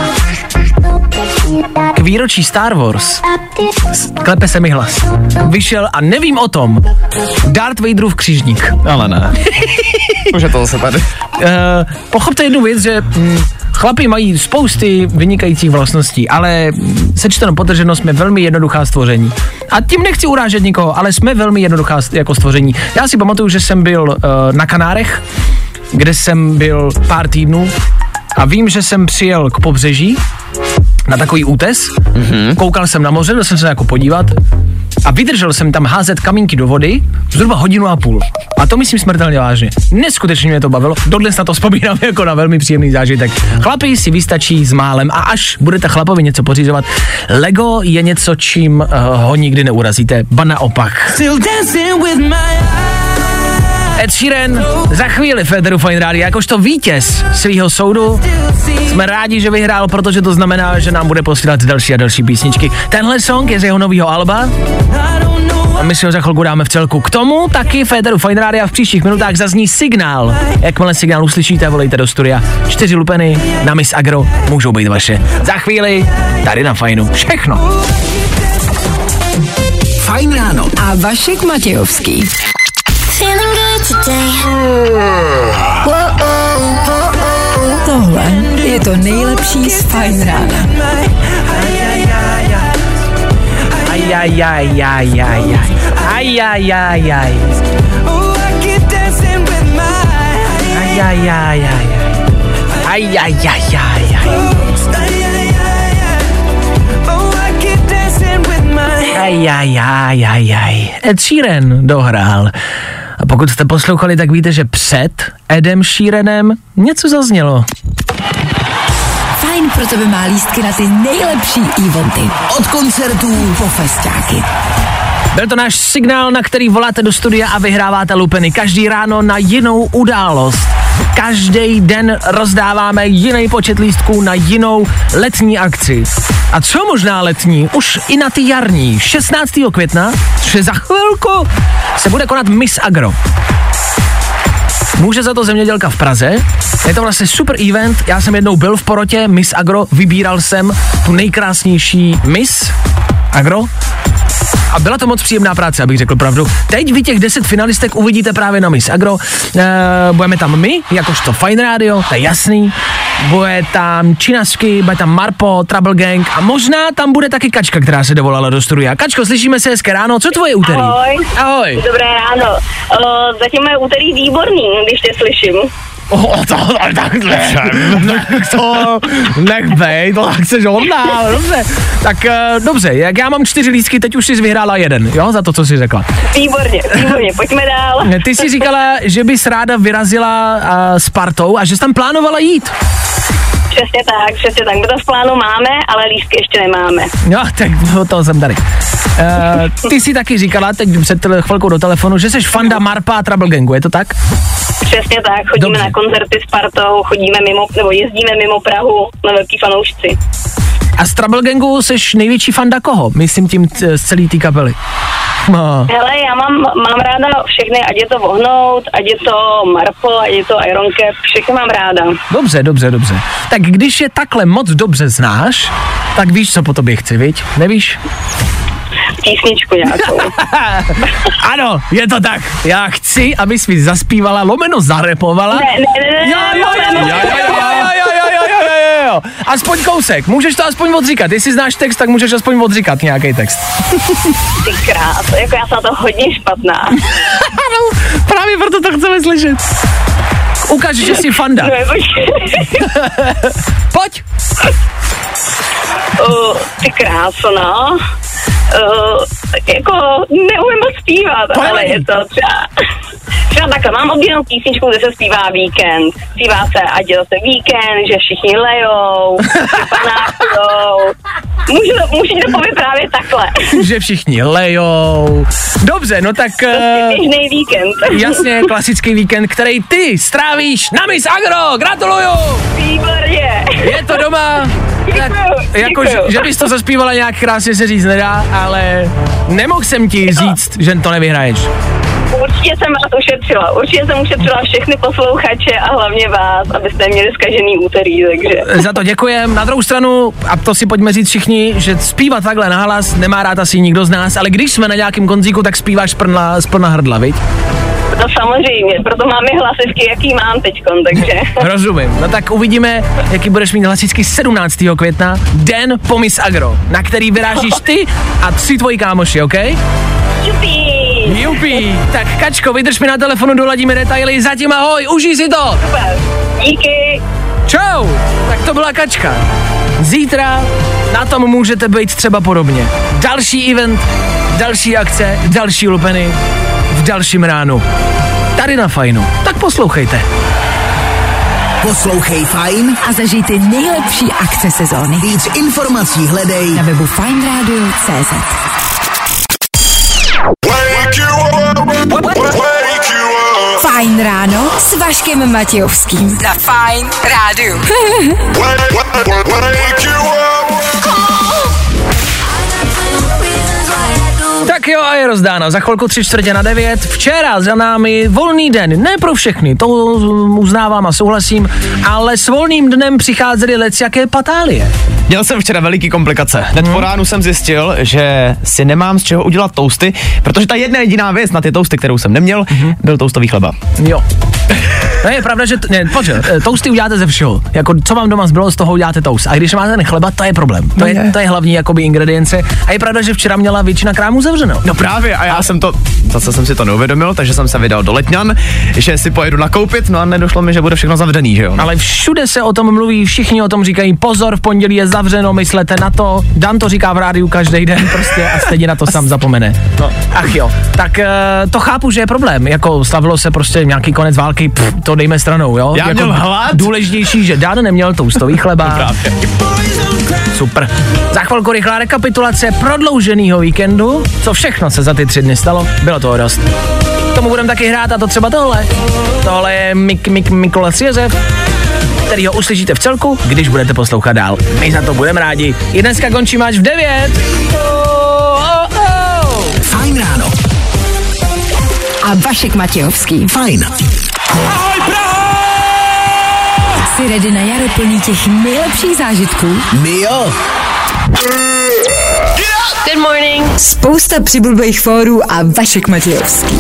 k výročí Star Wars. Klepe se mi hlas. Vyšel a nevím o tom. Darth Vaderův křižník. Ale ne. Už je to zase tady. Pochopte jednu věc, že chlapi mají spousty vynikajících vlastností, ale sečteno podtrženo jsme velmi jednoduchá stvoření. A tím nechci urážet nikoho, ale jsme velmi jednoduchá jako stvoření. Já si pamatuju, že jsem byl na Kanárech, kde jsem byl pár týdnů a vím, že jsem přijel k pobřeží na takový útes, koukal jsem na moře, byl jsem se jako podívat a vydržel jsem tam házet kamínky do vody zhruba 1,5 hodiny. A to myslím smrtelně vážně. Neskutečně mě to bavilo, dodnes na to vzpomínám jako na velmi příjemný zážitek. Chlapi si vystačí s málem a až budete chlapovi něco pořizovat, Lego je něco, čím ho nikdy neurazíte, ba naopak. Ed Sheeran za chvíli Féteru Fajn Rádia jakožto vítěz svýho soudu. Jsme rádi, že vyhrál, protože to znamená, že nám bude posílat další a další písničky. Tenhle song je z jeho nového alba a my si ho za chvilku dáme v celku. K tomu taky Féteru Fajn Rádia v příštích minutách zazní signál. Jakmile signál uslyšíte, volejte do studia. 4 lupeny na Miss Agro můžou být vaše. Za chvíli tady na Fajnu všechno. Fajn ráno. A Vašek Matějovský. Tohle je to nejlepší z Fajn rána. Ed Sheeran dohrál. A pokud jste poslouchali, tak víte, že před Edem Sheeranem něco zaznělo. Fajn pro tebe má lístky na ty nejlepší eventy. Od koncertů po festiáky. Byl to náš signál, na který voláte do studia a vyhráváte lupeny. Každý ráno na jinou událost. Každý den rozdáváme jiný počet lístků na jinou letní akci. A co možná letní? Už i na ty jarní. 16. května, což je za chvilku, se bude konat Miss Agro. Může za to zemědělka v Praze. Je to vlastně super event. Já jsem jednou byl v porotě Miss Agro, vybíral jsem tu nejkrásnější Miss Agro. A byla to moc příjemná práce, abych řekl pravdu. Teď vy těch 10 finalistek uvidíte právě na Miss Agro. Budeme tam my, jakožto Fajn Radio, to je jasný. Bude tam Činasky, bude tam Marpo, Trouble Gang a možná tam bude taky Kačka, která se dovolala do studia. Kačko, slyšíme se hezké ráno, co tvoje úterý? Ahoj. Ahoj. Dobré ráno. Zatím je úterý výborný, když tě slyším. Nech bej, to tak se žodná, dobře. Tak dobře, jak já mám 4 lístky, teď už jsi vyhrála 1, jo, za to, co jsi řekla. Výborně, pojďme dál. Ty jsi říkala, že bys ráda vyrazila s partou a že jsi tam plánovala jít. Přesně tak. My to v plánu máme, ale lístky ještě nemáme. No, tak toho jsem tady. Ty jsi taky říkala teď před chvilkou do telefonu, že jsi fanda Marpa a Trouble Gangu, je to tak? Přesně tak, chodíme na koncerty s partou, jezdíme mimo Prahu na velký fanoušci. A z Trouble Gangu jsi největší fanda koho? Myslím tím z celý té kapely. No. Hele, já mám ráda všechny, ať je to Vohnout, ať je to Marpo, ať je to Iron Cap, všechny mám ráda. Dobře. Tak když je takhle moc dobře znáš, tak víš, co po tobě chci, viď? Nevíš? Písničku nějakou. Ano, je to tak. Já chci, abys mi zaspívala, lomeno zarepovala. Ne. Jo. Aspoň kousek, můžeš to aspoň odříkat. Jestli znáš text, tak můžeš aspoň odříkat nějaký text. Ty krás, jako já jsem na to hodně špatná. No, právě proto to chceme slyšet. Ukaž, že jsi fanda. Pojď. Ty kráso, no. Jako neumím moc zpívat, ale je to třeba takhle, mám oblíbenou písničku, kde se zpívá Víkend. Zpívá se, ať je zase víkend, že všichni lejou, že panákujou. Můžu to povyprávět takhle. Že všichni lejou. Dobře, no tak... Běžnej víkend. Jasně, klasický víkend, který ty strávíš na Miss Agro. Gratuluju! Výborně. Je to doma. Jako, že bys to zaspívala nějak krásně, se říct nedá, ale nemohl jsem ti říct, že to nevyhraješ. Určitě jsem vás ušetřila všechny posluchače a hlavně vás, abyste měli zkažený úterý, takže. Za to děkujem. Na druhou stranu, a to si pojďme říct všichni, že zpívat takhle nahlas nemá rád asi nikdo z nás, ale když jsme na nějakém konzíku, tak zpíváš z plna hrdla, viď? No samozřejmě, proto mám i hlasivky, jaký mám teďkon, takže. Rozumím. No tak uvidíme, jaký budeš mít hlasivky 17. května, den po Miss Agro, na který vyrážíš ty a 3 tvoji kámoši, OK? Jupi. Tak Kačko, vydrž mi na telefonu, doladíme detaily, zatím ahoj, užij si to. Super, díky. Čau. Tak to byla Kačka. Zítra na tom můžete být třeba podobně. Další event, další akce, další lupeny v dalším ránu. Tady na Fajnu. Tak poslouchejte. Poslouchej Fajn a zažij ty nejlepší akce sezóny. Víc informací hledej na webu fajnradio.cz. Fajn ráno s Vaškem Matějovským. Za Fajn rádiu. Tak jo, a je rozdáno. Za chvilku 8:45. Včera za námi volný den. Ne pro všechny, to uznávám a souhlasím, ale s volným dnem přicházely lecjaké patálie. Měl jsem včera veliký komplikace. Hned po ránu jsem zjistil, že si nemám z čeho udělat toasty, protože ta jedna jediná věc na ty toasty, kterou jsem neměl, byl toastový chleba. Jo. No je pravda, že toasty uděláte ze všeho. Jako co vám doma zbylo, z toho uděláte toast. A když máte ten chleba, to je problém. To je hlavní jakoby ingredience. A je pravda, že včera měla většina krámů zavřeno. No právě, a já jsem zase jsem si to neuvědomil, takže jsem se vydal do Letňan, že si pojedu nakoupit, no a nedošlo mi, že bude všechno zavřený, že jo? Ale všude se o tom mluví, všichni o tom říkají, pozor, v pondělí je zavřeno, myslete na to. Dan to říká v rádiu každý den prostě a stejně na to sám zapomene. No. Ach jo, tak to chápu, že je problém, jako slavilo se prostě nějaký konec války, to dejme stranou, jo? Já jako měl hlad. Důležitější, že Dan neměl toastový chleba. Super. Za chvilku rychlá rekapitulace prodlouženýho víkendu, co všechno se za ty 3 dny stalo, bylo toho dost. Tomu budeme taky hrát a to třeba tohle. Tohle je Mikolas Josef, který ho uslyšíte v celku, když budete poslouchat dál. My za to budeme rádi. I dneska končí máč v 9. Fajn ráno. A Vašek Matějovský. Fajn. Ahoj Praho! Jsi ready na jaro plný těch nejlepších zážitků? My jo. Good morning. Spousta přibulbých fórů a Vašek Matějovský.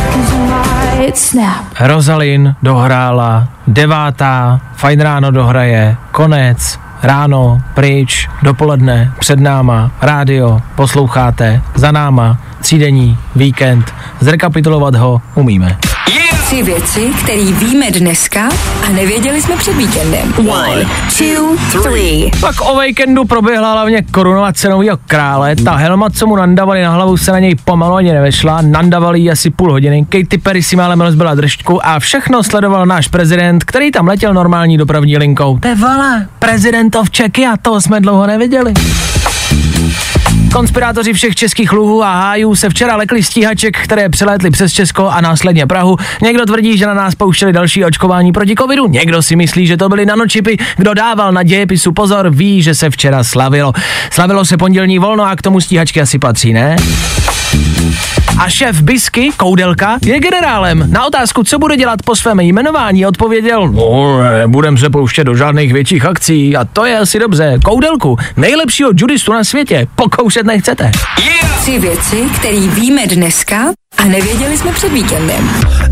Rozalin dohrála, 9. Fajn ráno dohraje, konec, ráno, pryč, dopoledne, před náma, rádio, posloucháte, za náma, 3denní víkend, zrekapitulovat ho umíme. 3 věci, které víme dneska a nevěděli jsme před víkendem. 1, 2, 3. Tak o víkendu proběhla hlavně korunovace novýho krále, ta helma, co mu nandavali na hlavu, se na něj pomalu ani nevešla, nandavali ji asi půl hodiny, Katy Perry si málem rozbila držku a všechno sledoval náš prezident, který tam letěl normální dopravní linkou. To je vala, prezidentov Čeky a toho jsme dlouho neviděli. Konspirátoři všech českých luhů a hájů se včera lekli stíhaček, které přelétly přes Česko a následně Prahu. Někdo tvrdí, že na nás pouštěli další očkování proti covidu, někdo si myslí, že to byly nanočipy. Kdo dával na dějepisu pozor, ví, že se včera slavilo. Slavilo se pondělní volno a k tomu stíhačky asi patří, ne? A šéf Bisky, Koudelka, je generálem. Na otázku, co bude dělat po svém jmenování, odpověděl, no, nebudem se pouštět do žádných větších akcí a to je asi dobře. Koudelku, nejlepšího judistu na světě, pokoušet nechcete. 3 věci, které víme dneska a nevěděli jsme před víkendem.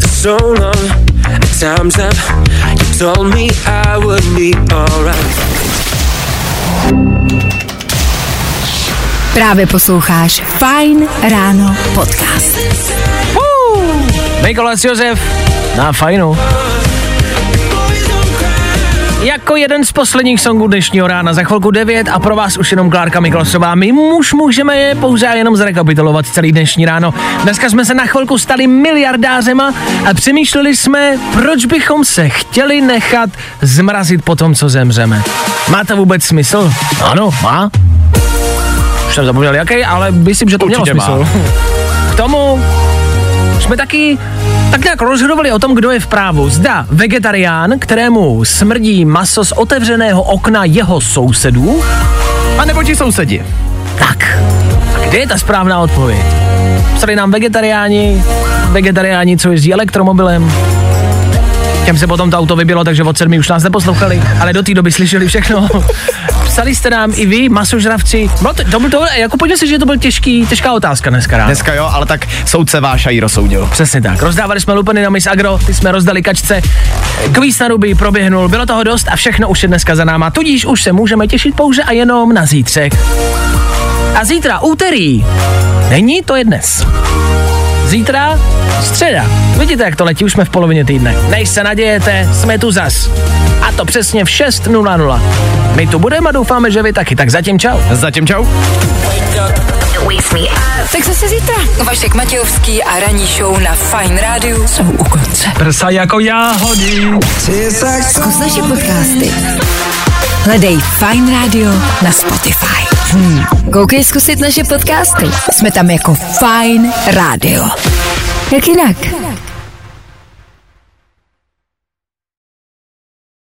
Právě posloucháš Fajn ráno podcast. Mikolas Josef na Fajnu. Jako jeden z posledních songů dnešního rána, za chvilku 9 a pro vás už jenom Klárka Miklasová. My už můžeme je pouze jenom zrekapitulovat celý dnešní ráno. Dneska jsme se na chvilku stali miliardářema a přemýšleli jsme, proč bychom se chtěli nechat zmrazit po tom, co zemřeme. Má to vůbec smysl? Ano, má. Už jsem zapomněl jaký, ale myslím, že to určitě mělo smysl. K tomu jsme taky tak nějak rozhodovali o tom, kdo je v právu. Zda vegetarián, kterému smrdí maso z otevřeného okna jeho sousedů, A nebo ti sousedi. tak. A kde je ta správná odpověď? Psali nám vegetariáni, co jezdí elektromobilem. Těm se potom to auto vybilo, takže od 7 už nás neposlouchali, ale do té doby slyšeli všechno. Psali jste nám i vy, masožravci. Jako pojďme si, že to byl těžká otázka dneska ráno. Dneska jo, ale tak soudce váš ji rozsoudil. Přesně tak. Rozdávali jsme lupeny na Miss Agro, ty jsme rozdali kačce, kvíz na ruby proběhnul, bylo toho dost a všechno už je dneska za náma, tudíž už se můžeme těšit pouze a jenom na zítřek. A zítra, úterý, není, to je dnes. Zítra, středa. Vidíte, jak to letí, už jsme v polovině týdne. Než se nadějete, jsme tu zas. A to přesně v 6:00. My tu budeme a doufáme, že vy taky. Tak zatím čau. Zatím čau. Tak zase zítra. Vašek Matějovský a ranní show na Fajn rádiu jsou u konce. Prsa jako jáhody. Zkus naše podcasty. Hledej Fajn rádio na Spotify. Koukej zkusit naše podcasty. Jsme tam jako Fajn rádio. Jak jinak?